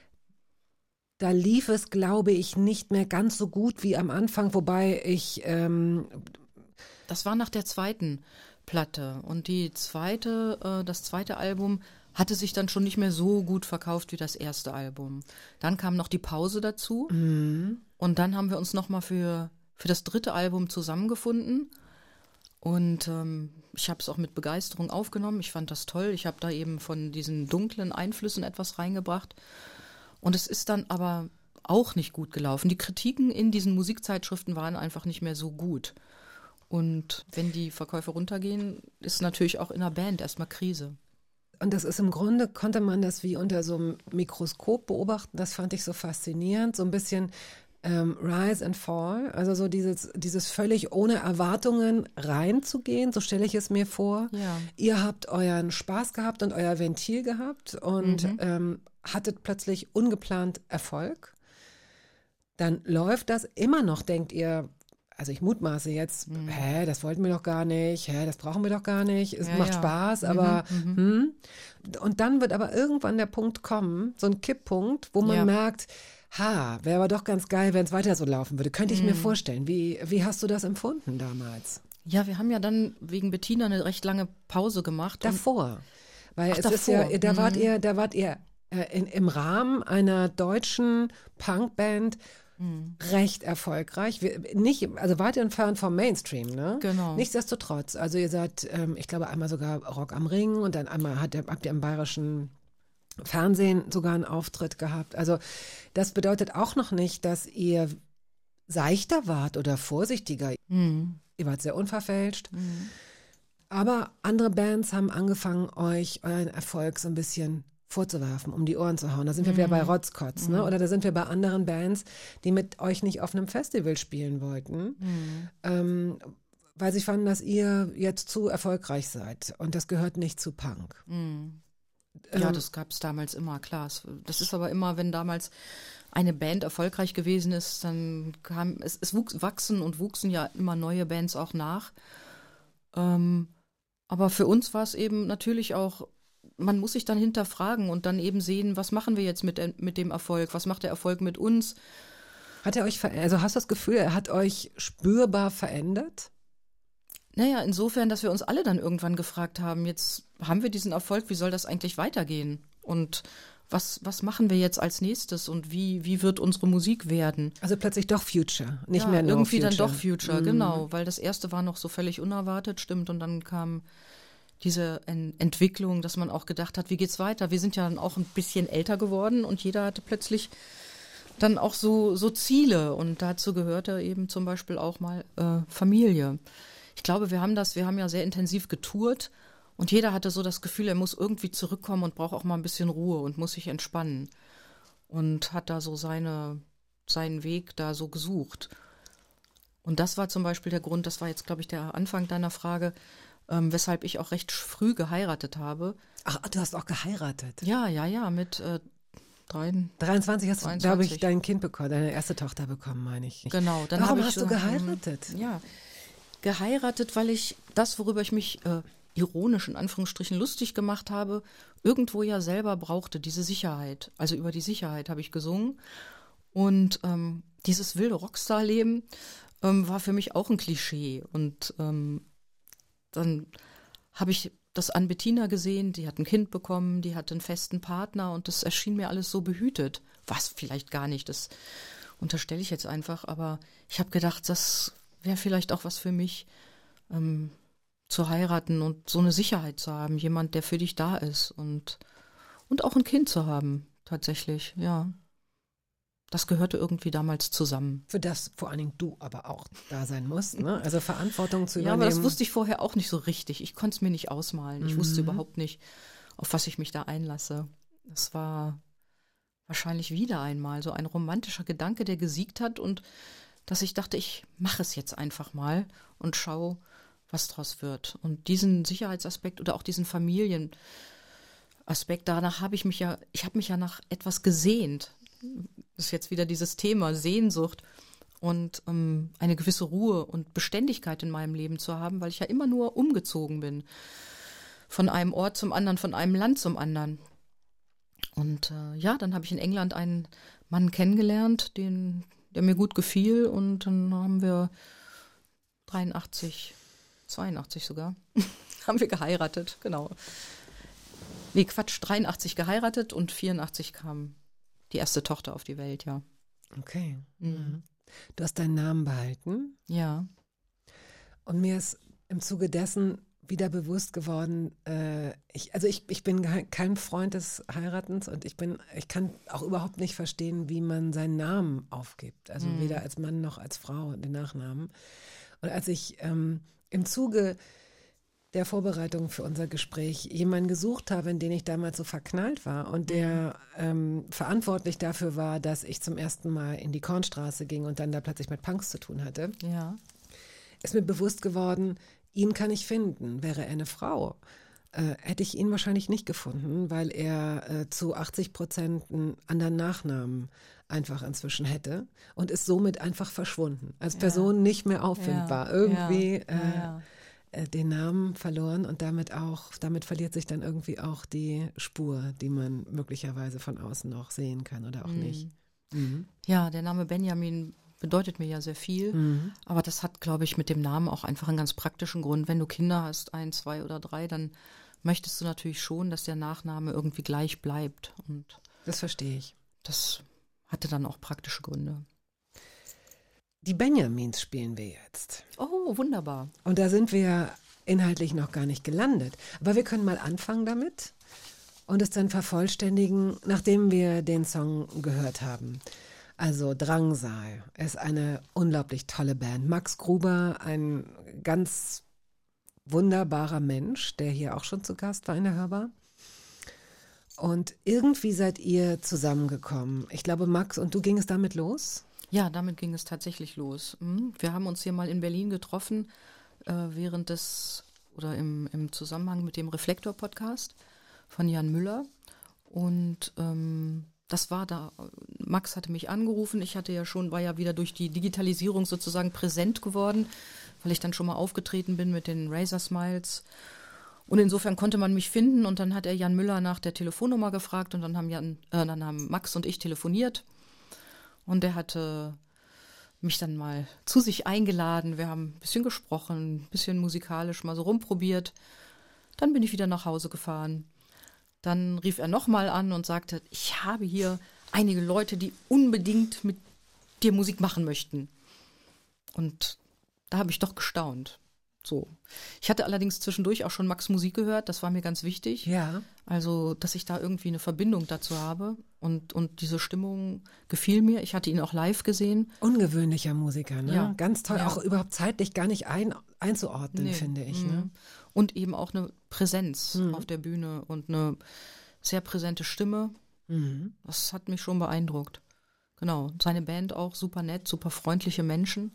Da lief es, glaube ich, nicht mehr ganz so gut wie am Anfang, wobei ich ähm, Das war nach der zweiten Platte. Und die zweite, äh, das zweite Album hatte sich dann schon nicht mehr so gut verkauft wie das erste Album. Dann kam noch die Pause dazu. Und dann haben wir uns nochmal für, für das dritte Album zusammengefunden. Und ähm, ich habe es auch mit Begeisterung aufgenommen. Ich fand das toll. Ich habe da eben von diesen dunklen Einflüssen etwas reingebracht. Und es ist dann aber auch nicht gut gelaufen. Die Kritiken in diesen Musikzeitschriften waren einfach nicht mehr so gut. Und wenn die Verkäufe runtergehen, ist natürlich auch in der Band erstmal Krise. Und das ist im Grunde, konnte man das wie unter so einem Mikroskop beobachten. Das fand ich so faszinierend. So ein bisschen ähm, Rise and Fall. Also so dieses, dieses völlig ohne Erwartungen reinzugehen. So stelle ich es mir vor. Ja. Ihr habt euren Spaß gehabt und euer Ventil gehabt und Mhm. ähm, hattet plötzlich ungeplant Erfolg. Dann läuft das immer noch, denkt ihr, also ich mutmaße jetzt, Mhm. hä, das wollten wir doch gar nicht, hä, das brauchen wir doch gar nicht, es Ja, macht ja. Spaß, Mhm, aber mhm. hm. Und dann wird aber irgendwann der Punkt kommen, so ein Kipppunkt, wo man Ja. merkt, ha, wäre aber doch ganz geil, wenn es weiter so laufen würde. Könnte ich mir Mhm. vorstellen. Wie, wie hast du das empfunden damals? Ja, wir haben ja dann wegen Bettina eine recht lange Pause gemacht. und- Davor. Weil Ach, es ist ja, davor. da wart Mhm. ihr, da wart ihr äh, in, im Rahmen einer deutschen Punkband Mhm. recht erfolgreich. Wir, nicht, also weit entfernt vom Mainstream, ne? Genau. Nichtsdestotrotz, also ihr seid, ähm, ich glaube, einmal sogar Rock am Ring und dann einmal hat, ihr- habt ihr im bayerischen Fernsehen sogar einen Auftritt gehabt. Also das bedeutet auch noch nicht, dass ihr seichter wart oder vorsichtiger. Mhm. Ihr wart sehr unverfälscht. Aber andere Bands haben angefangen, euch euren Erfolg so ein bisschen vorzuwerfen, um die Ohren zu hauen. Da sind wir wieder bei Rotzkotz, ne? Oder da sind wir bei anderen Bands, die mit euch nicht auf einem Festival spielen wollten, ähm, weil sie fanden, dass ihr jetzt zu erfolgreich seid. Und das gehört nicht zu Punk. Ja, Ähm, das gab es damals immer, klar. Es- Das ist aber immer, wenn damals eine Band erfolgreich gewesen ist, dann kam, es, es wuchs, wachsen und wuchsen ja immer neue Bands auch nach. Ähm, aber für uns war es eben natürlich auch, man muss sich dann hinterfragen und dann eben sehen, was machen wir jetzt mit, mit dem Erfolg? Was macht der Erfolg mit uns? Hat er euch, ver- also hast du das Gefühl, er hat euch spürbar verändert? Naja, insofern, dass wir uns alle dann irgendwann gefragt haben, jetzt haben wir diesen Erfolg, wie soll das eigentlich weitergehen? Und was, was machen wir jetzt als nächstes und wie, wie wird unsere Musik werden? Also plötzlich doch Future, nicht ja, mehr No irgendwie Future. dann doch Future, Mhm. genau, weil das erste war noch so völlig unerwartet, stimmt, und dann kam diese en Entwicklung, dass man auch gedacht hat, wie geht's weiter? Wir sind ja dann auch ein bisschen älter geworden und jeder hatte plötzlich dann auch so, so Ziele und dazu gehörte eben zum Beispiel auch mal äh, Familie. Ich glaube, wir haben das, wir haben ja sehr intensiv getourt und jeder hatte so das Gefühl, er muss irgendwie zurückkommen und braucht auch mal ein bisschen Ruhe und muss sich entspannen und hat da so seine, seinen Weg da so gesucht. Und das war zum Beispiel der Grund, das war jetzt, glaube ich, der Anfang deiner Frage, ähm, weshalb ich auch recht früh geheiratet habe. Ach, du hast auch geheiratet. Ja, ja, ja, mit äh, drei, dreiundzwanzig hast du, dreiundzwanzig. glaube ich, dein Kind bekommen, deine erste Tochter bekommen, meine ich. Genau. Dann Warum habe ich hast so, du geheiratet? ähm, Ja, geheiratet, weil ich das, worüber ich mich äh, ironisch in Anführungsstrichen lustig gemacht habe, irgendwo ja selber brauchte, diese Sicherheit. Also über die Sicherheit habe ich gesungen. Und ähm, dieses wilde Rockstar-Leben ähm, war für mich auch ein Klischee. Und ähm, dann habe ich das an Bettina gesehen, die hat ein Kind bekommen, die hatte einen festen Partner und das erschien mir alles so behütet. Was vielleicht gar nicht, das unterstelle ich jetzt einfach, aber ich habe gedacht, das wäre vielleicht auch was für mich, ähm, zu heiraten und so eine Sicherheit zu haben, jemand, der für dich da ist und, und auch ein Kind zu haben, tatsächlich, ja. Das gehörte irgendwie damals zusammen. Für das vor allen Dingen du aber auch da sein musst, ne? Also Verantwortung zu Ja, übernehmen. aber das wusste ich vorher auch nicht so richtig. Ich konnte es mir nicht ausmalen. Ich wusste überhaupt nicht, auf was ich mich da einlasse. Es war wahrscheinlich wieder einmal so ein romantischer Gedanke, der gesiegt hat und dass ich dachte, ich mache es jetzt einfach mal und schau, was draus wird. Und diesen Sicherheitsaspekt oder auch diesen Familienaspekt, danach habe ich mich ja, ich habe mich ja nach etwas gesehnt. Das ist jetzt wieder dieses Thema Sehnsucht und ähm, eine gewisse Ruhe und Beständigkeit in meinem Leben zu haben, weil ich ja immer nur umgezogen bin. Von einem Ort zum anderen, von einem Land zum anderen. Und äh, ja, dann habe ich in England einen Mann kennengelernt, den, der mir gut gefiel, und dann haben wir dreiundachtzig, zweiundachtzig sogar, haben wir geheiratet, genau. Nee, Quatsch, dreiundachtzig geheiratet und vierundachtzig kam die erste Tochter auf die Welt, ja. Okay. Mhm. Du hast deinen Namen behalten. Ja. Und mir ist im Zuge dessen wieder bewusst geworden, äh, ich, also ich, ich bin kein Freund des Heiratens und ich bin, ich kann auch überhaupt nicht verstehen, wie man seinen Namen aufgibt. Also Mhm. weder als Mann noch als Frau den Nachnamen. Und als ich ähm, im Zuge der Vorbereitung für unser Gespräch jemanden gesucht habe, in den ich damals so verknallt war und der ähm, verantwortlich dafür war, dass ich zum ersten Mal in die Kornstraße ging und dann da plötzlich mit Punks zu tun hatte, Ja. ist mir bewusst geworden, ihn kann ich finden. Wäre er eine Frau, äh, hätte ich ihn wahrscheinlich nicht gefunden, weil er äh, zu achtzig Prozent einen anderen Nachnamen einfach inzwischen hätte und ist somit einfach verschwunden. Als Person nicht mehr auffindbar. Ja. Irgendwie Ja. Ja, ja. Äh, äh, den Namen verloren und damit auch, damit verliert sich dann irgendwie auch die Spur, die man möglicherweise von außen noch sehen kann oder auch Mhm. nicht. Ja, der Name Benjamin bedeutet mir ja sehr viel, Mhm. aber das hat, glaube ich, mit dem Namen auch einfach einen ganz praktischen Grund. Wenn du Kinder hast, ein, zwei oder drei, dann möchtest du natürlich schon, dass der Nachname irgendwie gleich bleibt, und Das verstehe ich. das hatte dann auch praktische Gründe. Die Benjamins spielen wir jetzt. Oh, wunderbar. Und da sind wir inhaltlich noch gar nicht gelandet. Aber wir können mal anfangen damit und es dann vervollständigen, nachdem wir den Song gehört haben. Also Drangsal ist eine unglaublich tolle Band. Max Gruber, ein ganz wunderbarer Mensch, der hier auch schon zu Gast war in der Hörbar. Und irgendwie seid ihr zusammengekommen. Ich glaube, Max, und du ging es damit los? Ja, damit ging es tatsächlich los. Mhm. Wir haben uns hier mal in Berlin getroffen, äh, während des, oder im, im Zusammenhang mit dem Reflektor-Podcast von Jan Müller. Und ähm, das war da, Max hatte mich angerufen, ich hatte ja schon, war ja wieder durch die Digitalisierung sozusagen präsent geworden, weil ich dann schon mal aufgetreten bin mit den Razor Smiles. Und insofern konnte man mich finden, und dann hat er Jan Müller nach der Telefonnummer gefragt, und dann haben, Jan, äh, dann haben Max und ich telefoniert. Und er hatte mich dann mal zu sich eingeladen. Wir haben ein bisschen gesprochen, ein bisschen musikalisch mal so rumprobiert. Dann bin ich wieder nach Hause gefahren. Dann rief er nochmal an und sagte, ich habe hier einige Leute, die unbedingt mit dir Musik machen möchten. Und da habe ich doch gestaunt. So. Ich hatte allerdings zwischendurch auch schon Max Musik gehört, das war mir ganz wichtig. Ja. Also, dass ich da irgendwie eine Verbindung dazu habe, und, und diese Stimmung gefiel mir. Ich hatte ihn auch live gesehen. Ungewöhnlicher Musiker, ne? Ja. Ganz toll, Ja. auch überhaupt zeitlich gar nicht ein, einzuordnen, Nee. finde ich. Mhm. Ne? Und eben auch eine Präsenz Mhm. auf der Bühne und eine sehr präsente Stimme. Mhm. Das hat mich schon beeindruckt. Genau, seine Band auch super nett, super freundliche Menschen.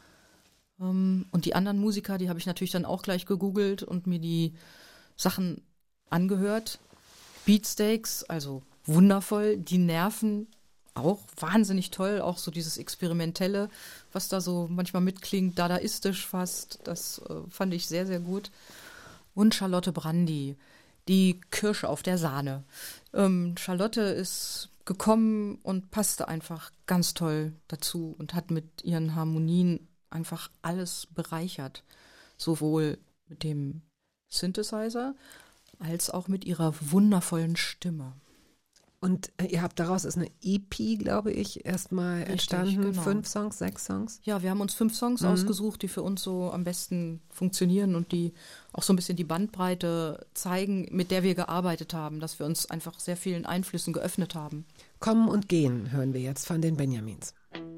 Ähm, Und die anderen Musiker, die habe ich natürlich dann auch gleich gegoogelt und mir die Sachen angehört. Beatsteaks, also wundervoll, die Nerven auch wahnsinnig toll, auch so dieses Experimentelle, was da so manchmal mitklingt, dadaistisch fast, das äh, fand ich sehr, sehr gut. Und Charlotte Brandy, die Kirsche auf der Sahne. Ähm, Charlotte ist gekommen und passte einfach ganz toll dazu und hat mit ihren Harmonien einfach alles bereichert. Sowohl mit dem Synthesizer als auch mit ihrer wundervollen Stimme. Und äh, ihr habt daraus ist eine E P, glaube ich, erstmal Richtig, entstanden. genau. Fünf Songs, sechs Songs. Ja, wir haben uns fünf Songs Mhm. ausgesucht, die für uns so am besten funktionieren und die auch so ein bisschen die Bandbreite zeigen, mit der wir gearbeitet haben, dass wir uns einfach sehr vielen Einflüssen geöffnet haben. Kommen und gehen hören wir jetzt von den Benjamins.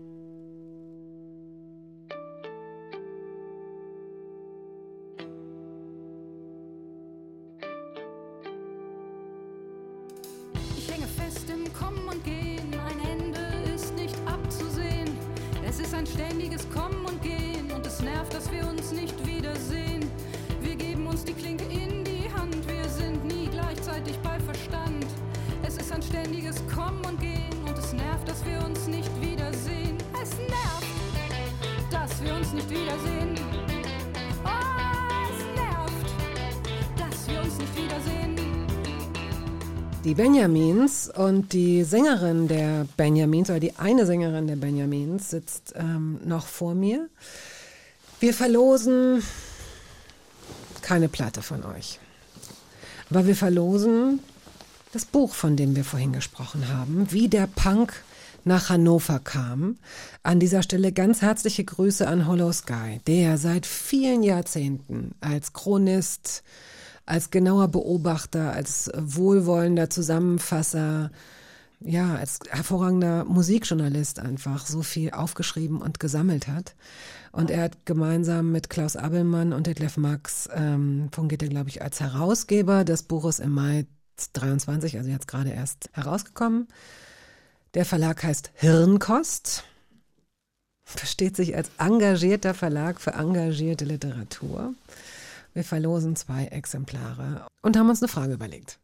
Ich hänge fest im Kommen und Gehen, ein Ende ist nicht abzusehen. Es ist ein ständiges Kommen und Gehen und es nervt, dass wir uns nicht wiedersehen. dass wir uns nicht wiedersehen. Oh, es nervt, dass wir uns nicht wiedersehen. Die Benjamins und die Sängerin der Benjamins, oder die eine Sängerin der Benjamins, sitzt ähm, noch vor mir. Wir verlosen keine Platte von euch. Aber wir verlosen das Buch, von dem wir vorhin gesprochen haben, wie der Punk nach Hannover kam. An dieser Stelle ganz herzliche Grüße an Hollow Sky, der seit vielen Jahrzehnten als Chronist, als genauer Beobachter, als wohlwollender Zusammenfasser, ja, als hervorragender Musikjournalist einfach so viel aufgeschrieben und gesammelt hat. Und er hat gemeinsam mit Klaus Abelmann und Detlef Max ähm, fungiert er, glaube ich, als Herausgeber des Buches im Mai dreiundzwanzig, also jetzt gerade erst herausgekommen. Der Verlag heißt Hirnkost, versteht sich als engagierter Verlag für engagierte Literatur. Wir verlosen zwei Exemplare und haben uns eine Frage überlegt.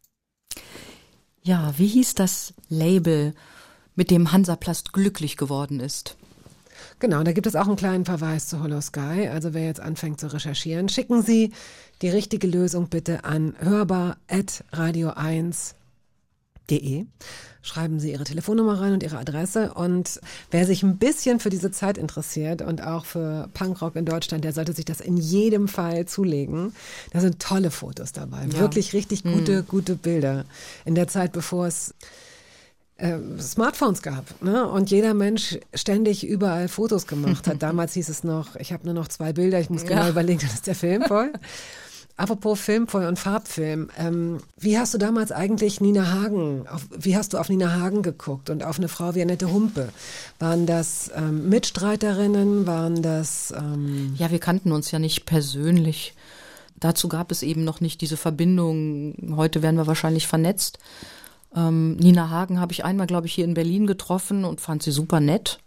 Ja, wie hieß das Label, mit dem Hansaplast glücklich geworden ist? Genau, da gibt es auch einen kleinen Verweis zu Hollow Sky. Also wer jetzt anfängt zu recherchieren, schicken Sie die richtige Lösung bitte an hörbar at radio eins punkt de. Schreiben Sie Ihre Telefonnummer rein und Ihre Adresse. Und wer sich ein bisschen für diese Zeit interessiert und auch für Punkrock in Deutschland, der sollte sich das in jedem Fall zulegen. Da sind tolle Fotos dabei. Ja. Wirklich richtig gute, Mhm. gute Bilder. In der Zeit, bevor es äh, Smartphones gab, ne? Und jeder Mensch ständig überall Fotos gemacht hat. Damals hieß es noch, ich habe nur noch zwei Bilder, ich muss genau Ja. überlegen, dann ist der Film voll. Apropos Filmvoll und Farbfilm, ähm, wie hast du damals eigentlich Nina Hagen, auf, wie hast du auf Nina Hagen geguckt und auf eine Frau wie Annette Humpe? Waren das ähm, Mitstreiterinnen, waren das... Ähm Ja, wir kannten uns ja nicht persönlich. Dazu gab es eben noch nicht diese Verbindung. Heute werden wir wahrscheinlich vernetzt. Ähm, Nina Hagen habe ich einmal, glaube ich, hier in Berlin getroffen und fand sie super nett.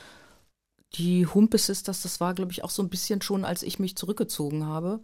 Die Humpe Sisters, das war, glaube ich, auch so ein bisschen schon, als ich mich zurückgezogen habe.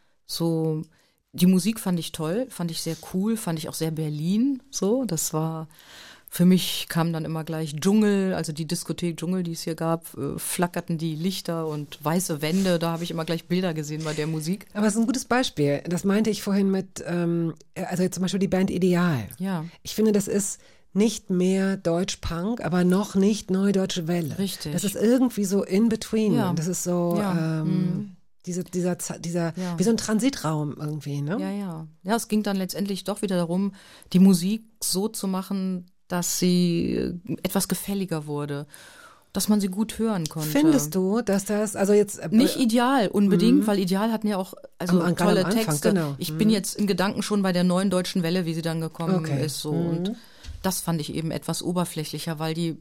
So, die Musik fand ich toll, fand ich sehr cool, fand ich auch sehr Berlin. So, das war, für mich kam dann immer gleich Dschungel, also die Diskothek Dschungel, die es hier gab, äh, flackerten die Lichter und weiße Wände, da habe ich immer gleich Bilder gesehen bei der Musik. Aber es ist ein gutes Beispiel. Das meinte ich vorhin mit, ähm, also jetzt zum Beispiel die Band Ideal. Ja. Ich finde, das ist nicht mehr Deutsch-Punk, aber noch nicht Neue Deutsche Welle. Richtig. Das ist irgendwie so in between. Ja. Das ist so... Ja. Ähm, Mhm. Diese, dieser, dieser, Ja. wie so ein Transitraum irgendwie, ne? Ja, ja. Ja, es ging dann letztendlich doch wieder darum, die Musik so zu machen, dass sie äh, etwas gefälliger wurde, dass man sie gut hören konnte. Findest du, dass das, also jetzt... Äh, Nicht Ideal unbedingt, Mhm. weil Ideal hatten ja auch also Am- gerade tolle am Anfang, Texte. genau. Ich Mhm. bin jetzt in Gedanken schon bei der neuen Deutschen Welle, wie sie dann gekommen Okay. ist. So. Mhm. Und das fand ich eben etwas oberflächlicher, weil die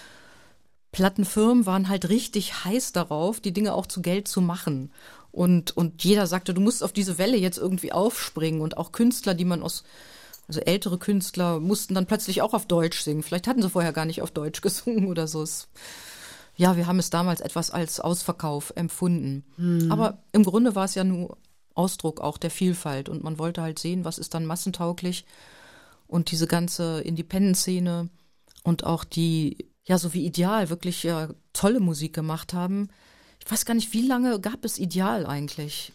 Plattenfirmen waren halt richtig heiß darauf, die Dinge auch zu Geld zu machen. Und, und jeder sagte, du musst auf diese Welle jetzt irgendwie aufspringen. Und auch Künstler, die man aus, also ältere Künstler, mussten dann plötzlich auch auf Deutsch singen. Vielleicht hatten sie vorher gar nicht auf Deutsch gesungen oder so. Es, ja, wir haben es damals etwas als Ausverkauf empfunden. Hm. Aber im Grunde war es ja nur Ausdruck auch der Vielfalt. Und man wollte halt sehen, was ist dann massentauglich. Und diese ganze Independent-Szene und auch die, ja, so wie Ideal, wirklich ja, tolle Musik gemacht haben. Ich weiß gar nicht, wie lange gab es Ideal eigentlich?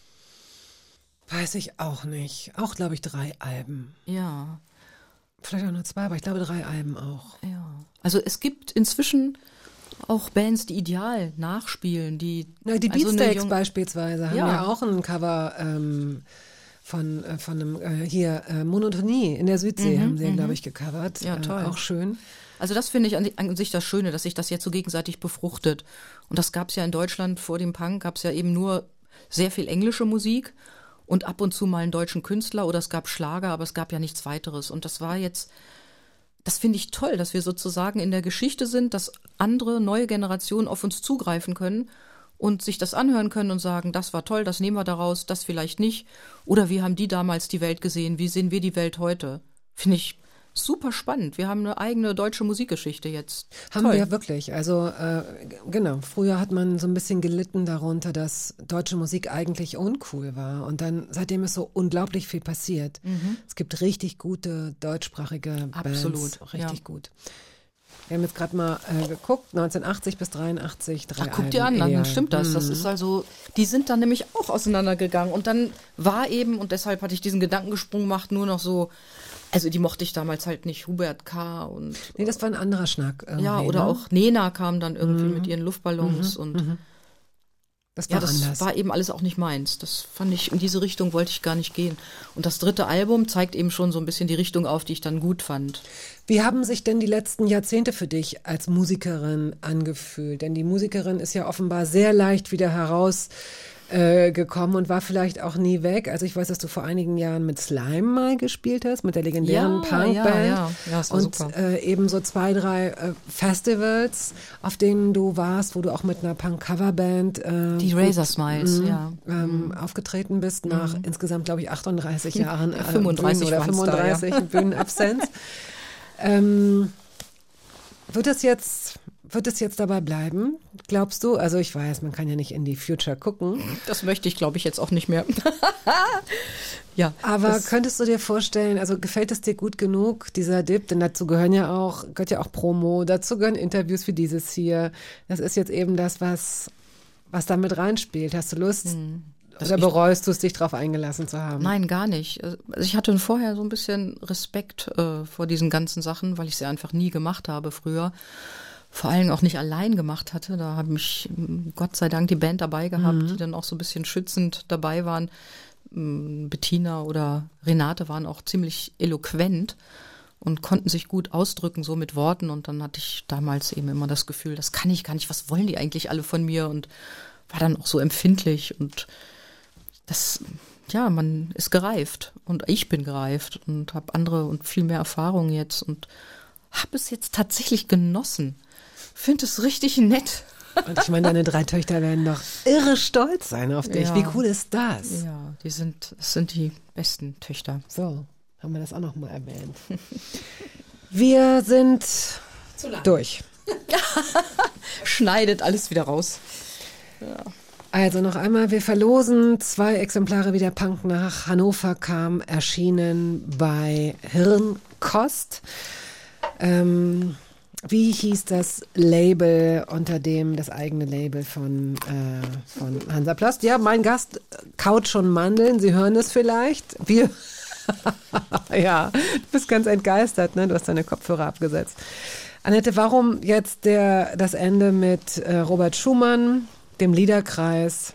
Weiß ich auch nicht. Auch, glaube ich, drei Alben. Ja. Vielleicht auch nur zwei, aber ich glaube drei Alben auch. Ja. Also es gibt inzwischen auch Bands, die Ideal nachspielen, die... Na, die also eine Beatsteaks jung- beispielsweise haben Ja. ja auch ein Cover ähm, von, äh, von einem, äh, hier, äh, Monotonie in der Südsee Mhm, haben sie, mhm. glaube ich, gecovert. Ja, toll. Äh, auch schön. Also das finde ich an, an sich das Schöne, dass sich das jetzt so gegenseitig befruchtet. Und das gab es ja in Deutschland vor dem Punk, gab es ja eben nur sehr viel englische Musik und ab und zu mal einen deutschen Künstler oder es gab Schlager, aber es gab ja nichts weiteres. Und das war jetzt, das finde ich toll, dass wir sozusagen in der Geschichte sind, dass andere, neue Generationen auf uns zugreifen können und sich das anhören können und sagen, das war toll, das nehmen wir daraus, das vielleicht nicht. Oder wie haben die damals die Welt gesehen, wie sehen wir die Welt heute? Finde ich super spannend. Wir haben eine eigene deutsche Musikgeschichte jetzt. Haben Toll. wir wirklich. Also äh, genau, früher hat man so ein bisschen gelitten darunter, dass deutsche Musik eigentlich uncool war. Und dann, seitdem ist so unglaublich viel passiert. Mhm. Es gibt richtig gute deutschsprachige Absolut, Bands. Richtig ja. gut. Wir haben jetzt gerade mal äh, geguckt, neunzehnhundertachtzig bis dreiundachtzig, drei Ach, guck Alben, dir an, dann ideal. stimmt das. Das Mhm. ist also, die sind dann nämlich auch auseinandergegangen. Und dann war eben, und deshalb hatte ich diesen Gedankensprung gemacht, nur noch so, also die mochte ich damals halt nicht, Hubert K. und Nee, das war ein anderer Schnack. irgendwie, ja, oder ne? auch Nena kam dann irgendwie mit ihren Luftballons und Das war ja, das anders. war eben alles auch nicht meins. Das fand ich, in diese Richtung wollte ich gar nicht gehen. Und das dritte Album zeigt eben schon so ein bisschen die Richtung auf, die ich dann gut fand. Wie haben sich denn die letzten Jahrzehnte für dich als Musikerin angefühlt? Denn die Musikerin ist ja offenbar sehr leicht wieder heraus äh, gekommen und war vielleicht auch nie weg. Also ich weiß, dass du vor einigen Jahren mit Slime mal gespielt hast, mit der legendären Ja, Punkband. ja, ja. Ja, es war und super. äh, eben so zwei, drei äh, Festivals, auf denen du warst, wo du auch mit einer Punk-Coverband äh, Die Razor Smiles, mhm, ja. ähm, aufgetreten bist, nach insgesamt, glaube ich, achtunddreißig Jahren äh, fünfunddreißig Bühnen- oder waren's da, ja. fünfunddreißig Bühnenabsenz. ähm, wird es jetzt, wird es jetzt dabei bleiben, glaubst du? Also ich weiß, man kann ja nicht in die Future gucken. Das möchte ich, glaube ich, jetzt auch nicht mehr. Ja, Aber das- könntest du dir vorstellen, also gefällt es dir gut genug, dieser Dip? Denn dazu gehören ja auch, gehört ja auch Promo, dazu gehören Interviews wie dieses hier. Das ist jetzt eben das, was, was da mit reinspielt. Hast du Lust? Das Oder ich- bereust du es, dich drauf eingelassen zu haben? Nein, gar nicht. Also ich hatte vorher so ein bisschen Respekt äh, vor diesen ganzen Sachen, weil ich sie einfach nie gemacht habe früher. Vor allem auch nicht allein gemacht hatte. Da habe ich mm, Gott sei Dank die Band dabei gehabt, die dann auch so ein bisschen schützend dabei waren. Mm, Bettina oder Renate waren auch ziemlich eloquent und konnten sich gut ausdrücken, so mit Worten. Und dann hatte ich damals eben immer das Gefühl, das kann ich gar nicht, was wollen die eigentlich alle von mir? Und war dann auch so empfindlich und das, ja, man ist gereift und ich bin gereift und habe andere und viel mehr Erfahrung jetzt und habe es jetzt tatsächlich genossen. Finde es richtig nett. Und ich meine, deine drei Töchter werden doch irre stolz sein auf dich. Ja. Wie cool ist das? Ja, die sind, das sind die besten Töchter. So, haben wir das auch noch mal erwähnt. Wir sind durch. Schneidet alles wieder raus. Also noch einmal, wir verlosen zwei Exemplare, wie der Punk nach Hannover kam, erschienen bei Hirnkost. Ähm, wie hieß das Label, unter dem das eigene Label von, äh, von Hansaplast? Ja, mein Gast kaut schon Mandeln, Sie hören es vielleicht. Wir, ja, du bist ganz entgeistert, ne? Du hast deine Kopfhörer abgesetzt. Annette, warum jetzt der, das Ende mit äh, Robert Schumann, dem Liederkreis,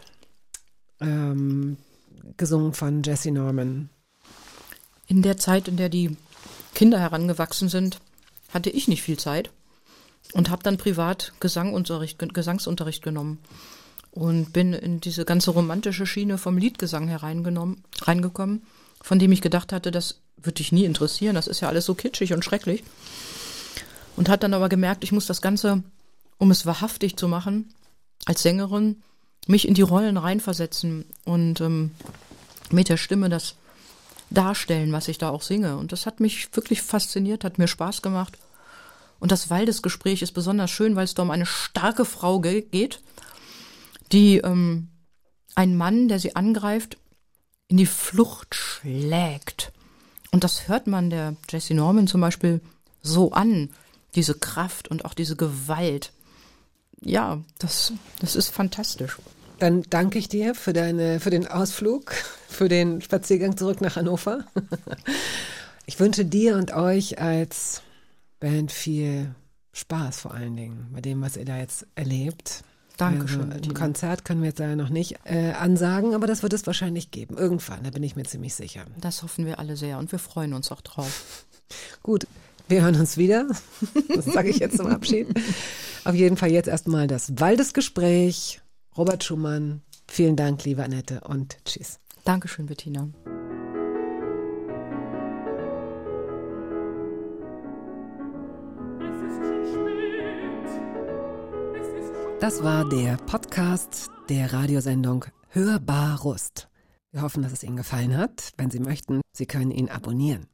ähm, gesungen von Jesse Norman? In der Zeit, in der die Kinder herangewachsen sind, hatte ich nicht viel Zeit und habe dann privat Gesangunterricht, Gesangsunterricht genommen und bin in diese ganze romantische Schiene vom Liedgesang hereingenommen, reingekommen, von dem ich gedacht hatte, das würde dich nie interessieren, das ist ja alles so kitschig und schrecklich. Und hat dann aber gemerkt, ich muss das Ganze, um es wahrhaftig zu machen, als Sängerin, mich in die Rollen reinversetzen und ähm, mit der Stimme das darstellen, was ich da auch singe. Und das hat mich wirklich fasziniert, hat mir Spaß gemacht. Und das Waldesgespräch ist besonders schön, weil es da um eine starke Frau ge- geht, die ähm, einen Mann, der sie angreift, in die Flucht schlägt. Und das hört man der Jesse Norman zum Beispiel so an, diese Kraft und auch diese Gewalt. Ja, das, das ist fantastisch. Dann danke ich dir für, deine, für den Ausflug, für den Spaziergang zurück nach Hannover. Ich wünsche dir und euch als Band viel Spaß vor allen Dingen bei dem, was ihr da jetzt erlebt. Dankeschön. Also ein Konzert können wir jetzt leider noch nicht äh, ansagen, aber das wird es wahrscheinlich geben. Irgendwann, da bin ich mir ziemlich sicher. Das hoffen wir alle sehr und wir freuen uns auch drauf. Gut, wir hören uns wieder. Das sage ich jetzt zum Abschied. Auf jeden Fall jetzt erstmal das Waldesgespräch. Robert Schumann, vielen Dank, liebe Annette, und tschüss. Dankeschön, Bettina. Das war der Podcast der Radiosendung Hörbar Rust. Wir hoffen, dass es Ihnen gefallen hat. Wenn Sie möchten, Sie können ihn abonnieren.